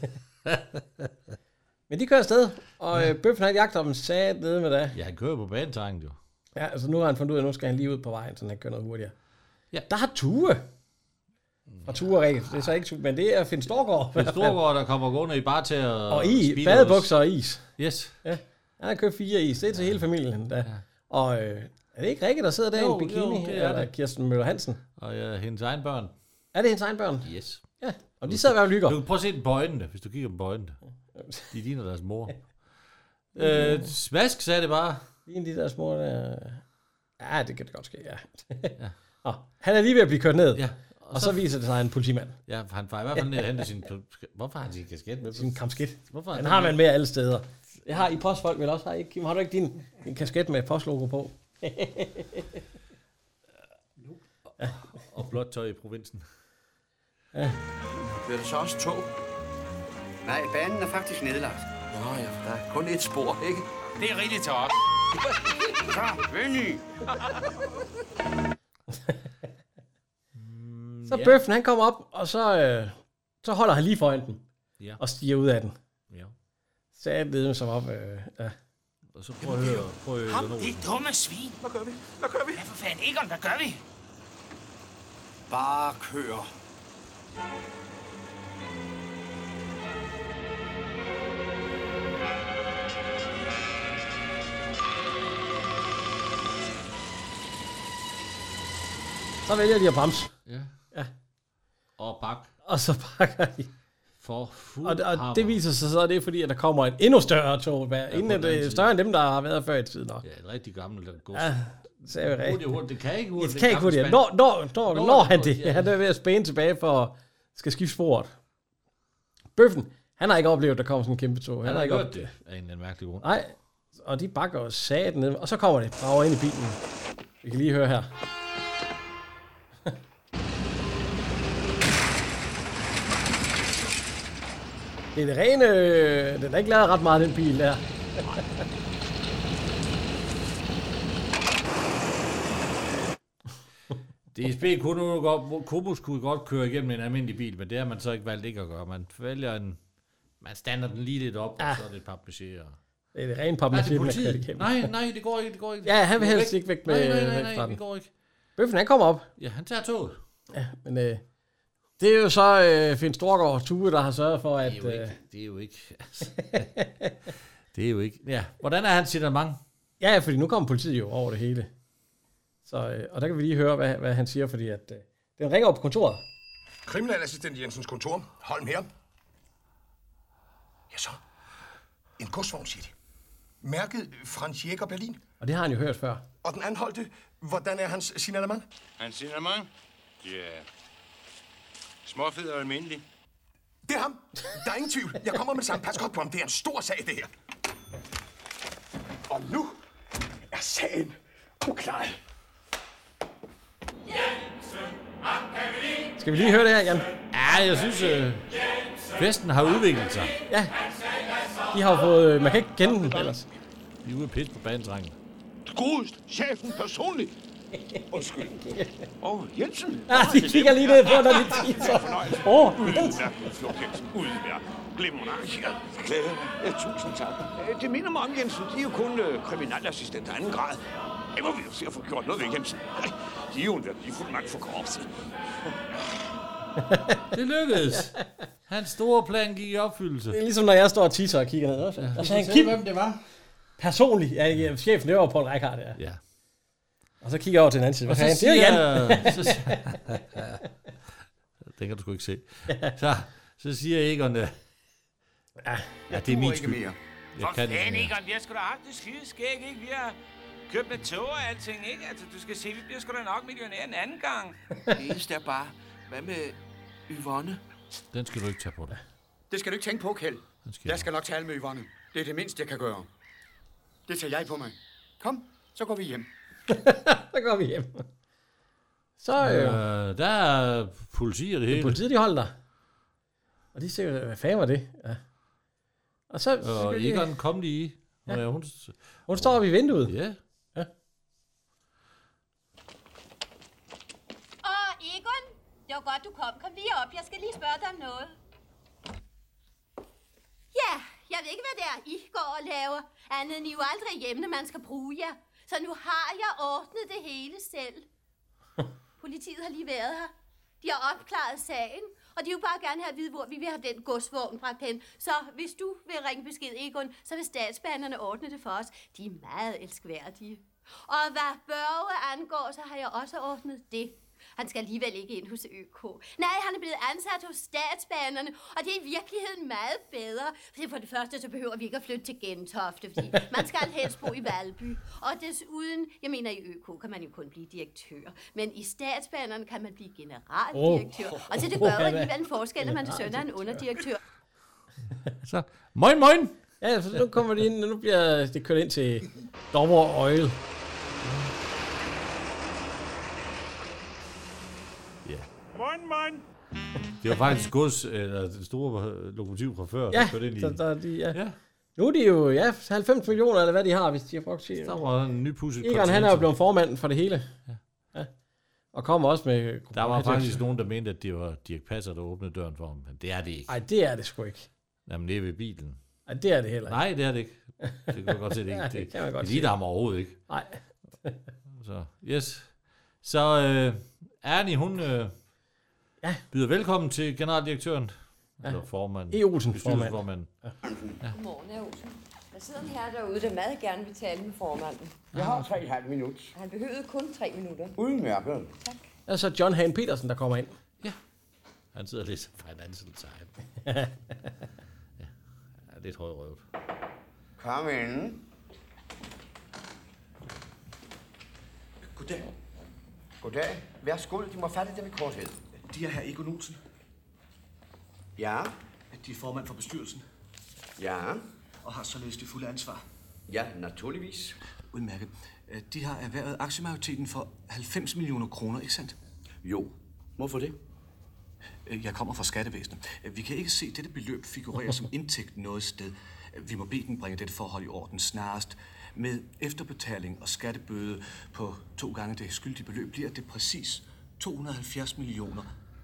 Men de kører afsted, og Bøffen han jagter dem sat nede med det. Ja, han kører på baneterrænet jo. Ja, altså nu har han fundet ud af, at nu skal han lige ud på vejen, så han kører noget hurtigere. Ja, der har Tue. Fra Tue og Rikke. Det er så ikke Tue, men det er Finn Storgård. Finn Storgård, der kommer gående i barter og badebukser og is. Yes. Ja, han har købt 4 is. Det er til hele familien. Da. Ja. Og er det ikke Rikke, der sidder der i en bikini? Jo, det er eller Kirsten Møller Hansen? Og hendes egen børn. Er det hendes egen børn? Yes. Ja, og de sidder og hygger. Du kan prøve at se den på øjnene, hvis du kigger dem på øjnene. De ligner deres mor. Smask sagde det bare. Ligner de der små der... Ja, det kan det godt ske, ja. Han er lige ved at blive kørt ned. Ja. Og så viser det sig en politimand. Ja, han får i hvert fald ned og hente sin... Hvorfor har han sin kasket med? Sin kampskidt. Han har man med alle steder. Jeg har i postfolk vel også. Har du ikke din kasket med postlogo på? Ja. Og blåt tøj i provinsen. Ja. Bliver der så også tog? Nej, banen er faktisk nedlagt. Nå ja, der er kun et spor, ikke? Det er rigtigt til os. Så, Benny! Så Bøffen, han kommer op, og så holder han lige foran den. Ja. Og stiger ud af den. Ja. Så er det som op, ja. Og så prøv at høre. Ham, det dumme svin. Hvad gør vi? Ja, for fanden, Egon, hvad gør vi? Bare kør. Så vælger de at bremse. Ja. Og bak. Og så bakker de. For fuld og det viser sig så, at det er fordi, at der kommer et endnu større tog. Større end dem, der har været før i tiden. Ja, et rigtig gammelt gods. Ja, så er det rigtigt. Det kan ikke hurtigt. Det kan ikke hurtigt. Når han det. Ja. Han er ved at spæne tilbage for at skal skifte sporet. Bøffen, han har ikke oplevet, at der kommer sådan en kæmpe tog. Han har ikke hørt det af en mærkelig grund. Nej, og de bakker og saten ned. Og så kommer det bare over ind i bilen. Vi kan lige høre her. Det er det rene... den er ikke lavet ret meget, den bil der. DSB Kobus kunne godt køre igennem en almindelig bil, men det har man så ikke valgt ikke at gøre. Man vælger man stander den lige lidt op, og så er det et papmaché. Det er det rene papmaché. Nej, det går ikke. Ja, han vil helst ikke væk med Nej, det går ikke. Bøffen, han kommer op. Ja, han tager toget. Ja, men det er jo så Finn Storgård og Tue, der har sørget for, at... Det er jo ikke... det er jo ikke... Ja, hvordan er hans signalement? Ja, fordi nu kommer politiet jo over det hele. Så, og der kan vi lige høre, hvad han siger, fordi at den ringer op på kontoret. Kriminalassistent Jensens kontor. Holm her. Ja så. En godsvogn, siger de. Mærket Franz Jäger Berlin. Og det har han jo hørt før. Og den anholdte, hvordan er hans signalement? Hans signalement? Ja. Småfed og almindelig. Det er ham. Der er ingen tvivl. Jeg kommer med det samme. Pas godt på ham. Det er en stor sag, det her. Og nu er sagen uklaret. Skal vi lige høre det her, Jan? Ja, jeg synes, festen har udviklet sig. Ja, de har jo fået... Man kan ikke kende den ellers. De er ude at pisse på banedrengen. Godest, chefen personligt. Undskyld. Jensen. Ja, de kigger lige ned på, når de teaser. Jensen. Flot Jensen. Udmærket. Glimrende arrangeret. Tusind tak. Det minder mig om, Jensen. De er jo kun kriminalassistent af anden grad. Det må vi jo se at få gjort noget ved, Jensen. De er jo en værdifuld mand for korpset. Det lykkedes. Hans store plan gik i opfyldelse. Det er ligesom, når jeg står og teaser og kigger ned. Også. Ja. Og så han Kim, hvem det var? Personligt. Ja, chefen, det var Paul Reichhardt, ja. Og så kigger jeg over til den anden side. Og så siger det den kan du sgu ikke se. Så siger Egon, ja, det er min skyld. For fanden, Egon, vi har sgu da haft det skide skæg, ikke? Vi har købt med tog og alting, ikke? Altså, du skal se, vi bliver sgu da nok millionær en anden gang. Det eneste er bare, hvad med Yvonne? Den skal du ikke tage på dig. Det skal du ikke tænke på, Kjeld. Jeg skal nok tale med Yvonne. Det er det mindste, jeg kan gøre. Det tager jeg på mig. Kom, så går vi hjem. Så går vi hjem. Så der er politi og det hele. Politiet, de holder der. Og de siger, hvad fanden var det? Ja. Og så... Og Egon kom lige. Ja. Hun står oppe i vinduet. Ja. Egon, det var godt, du kom. Kom lige op. Jeg skal lige spørge dig om noget. Ja, jeg ved ikke, hvad det er, I går og laver. Andet end I er jo aldrig hjemme, når man skal bruge jer. Så nu har jeg ordnet det hele selv. Politiet har lige været her. De har opklaret sagen, og de vil bare gerne have at vide, hvor vi vil have den godsvogn bragt hen. Så hvis du vil ringe besked, Egon, så vil statsbanerne ordne det for os. De er meget elskværdige. Og hvad Børge angår, så har jeg også ordnet det. Han skal alligevel ikke ind hos ØK. Nej, han er blevet ansat hos statsbanerne, og det er i virkeligheden meget bedre. For det første, så behøver vi ikke at flytte til Gentofte, fordi man skal helst bo i Valby. Og desuden, jeg mener i ØK kan man jo kun blive direktør, men i statsbanerne kan man blive generaldirektør. Og så det gør jo alligevel en forskel, når man er søn af en underdirektør. Så, moin! Ja, så nu kommer de ind, og nu bliver det kørt ind til Dommer Oil. Moin. Det var faktisk den store lokomotiv fra før, der kørte ind i. Ja. Nu er de jo 90 millioner, eller hvad de har, hvis de har brugt. Der var en ny pudset. Egon, han er jo blevet formanden for det hele. Ja. Og kommer også med... Der var faktisk nogen, der mente, at det var Dirch Passer, der åbnede døren for ham, men det er det ikke. Nej, det er det sgu ikke. Jamen, det er ved bilen. Nej, det er det heller ikke. Nej, det er det ikke. Det kan jeg godt se, det ikke. Ja, det kan man godt se. Det ligner ham overhovedet ikke. Nej. Så, yes. Så Ernie, hun byder velkommen til generaldirektøren. Ja. Eller formand. E. Olsen, formand. Ja. Godmorgen, hr. Olsen. Der sidder en herre derude, der meget gerne vil tale med formanden. Jeg har 3,5 minutter. Han behøvede kun 3 minutter. Udmærket. Tak. Det er så John Hagen Petersen, der kommer ind. Ja. Han sidder lidt fra en anden side. Ja. Lidt højrøvet. Kom ind. Goddag. Goddag. Værsgo, de må fatte dem i korthed. De er her Egon Olsen. Ja. De er formand for bestyrelsen. Ja. Og har således det fulde ansvar. Ja, naturligvis. Udmærket. De har erhvervet aktiemajoriteten for 90 millioner kroner, ikke sandt? Jo. Hvorfor det? Jeg kommer fra skattevæsenet. Vi kan ikke se dette beløb figurere som indtægt noget sted. Vi må bede den bringe dette forhold i orden snarest. Med efterbetaling og skattebøde på 2 gange det skyldige beløb bliver det præcis 270 millioner.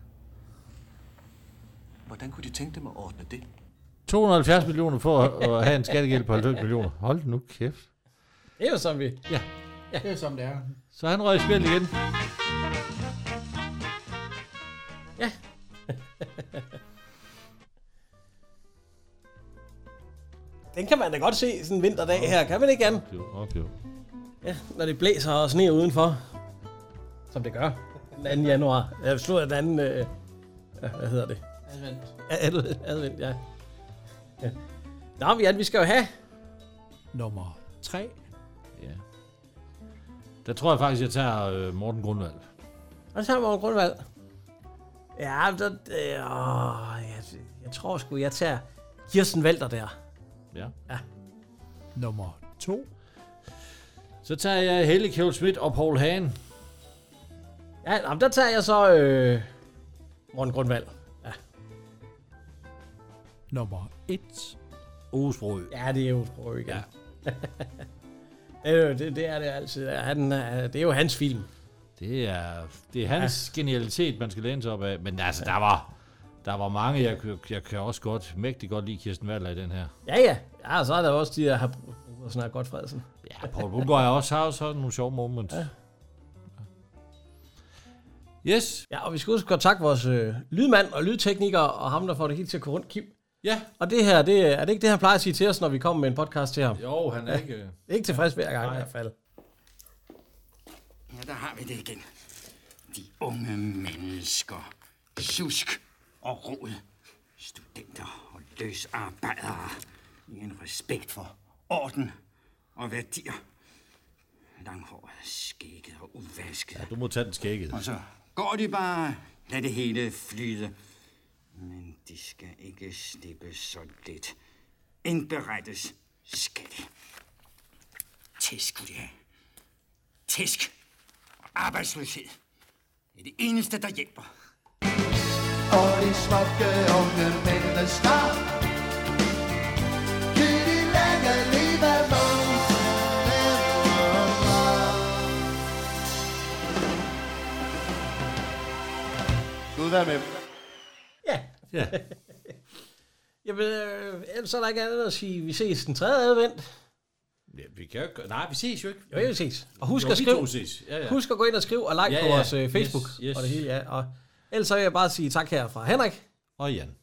Hvordan kunne de tænke dem at ordne det? 270 millioner for at have en skattegæld på 90 millioner. Hold nu kæft. Det er jo som vi... Ja. Det er som det er. Så han røg i spil igen. Ja. Den kan man da godt se sådan en vinterdag her. Kan man ikke, Jan? Okay. Ja, når det blæser og sne udenfor. Som det gør. Den 2. januar. Jeg slår den 2. Hvad hedder det? Advent, ja. Nå, Jan, vi skal jo have... Nummer 3. Ja. Der tror jeg faktisk, jeg tager Morten Grundvald. Og så tager Morten Grundvald. Ja, jeg tror sgu, jeg tager Kirsten Walther der. Ja. Nummer 2. Så tager jeg Helle Kjeld Schmidt og Paul Hagen. Ja, der tager jeg så Morten Grundvald. Ja. Nummer 1. Ove Sprogøe. Ja, det er Ove Sprogøe igen. Ja. det er det altid. Det er jo hans film. Det er hans genialitet, man skal læne sig op af. Men altså, der var mange, jeg kan også mægtig godt lide Kirsten Walther i den her. Ja, og så er der også de der har sådan her Godfredsen. Ja, Poul Bundgaard har også nogle sjove moments. Ja. Yes. Ja, og vi skal også godt takke vores lydmand og lydtekniker og ham, der får det helt til at gå rundt, Kim. Ja. Og det her, er det ikke det, han plejer at sige til os, når vi kommer med en podcast til ham? Jo, han er ikke... Ikke tilfreds hver gang i hvert fald. Ja, der har vi det igen. De unge mennesker. Susk og rod. Studenter og løsarbejdere. Ingen respekt for orden og værdier. Langhåret, skægget og uvasket. Ja, du må tage den skægget. Og så går de bare, lad det hele flyde. Men de skal ikke slippe så let. Indberettes skal det. Tæsk skulle de have. Tæsk og arbejdsløshed. Det er det eneste, der hjælper. Og de smukke unge mennesker. Giv de længe livet mod. Gud vær med. Ja. Jamen, så er der ikke andet at sige, vi ses den 3. advent. Ja, vi kan jo... Nej, vi ses jo ikke. Jo, vi ses. Og husk at skrive. Husk at gå ind og skrive og like på vores Facebook og det hele, ja. Og ellers så vil jeg bare sige tak her fra Henrik og Jan.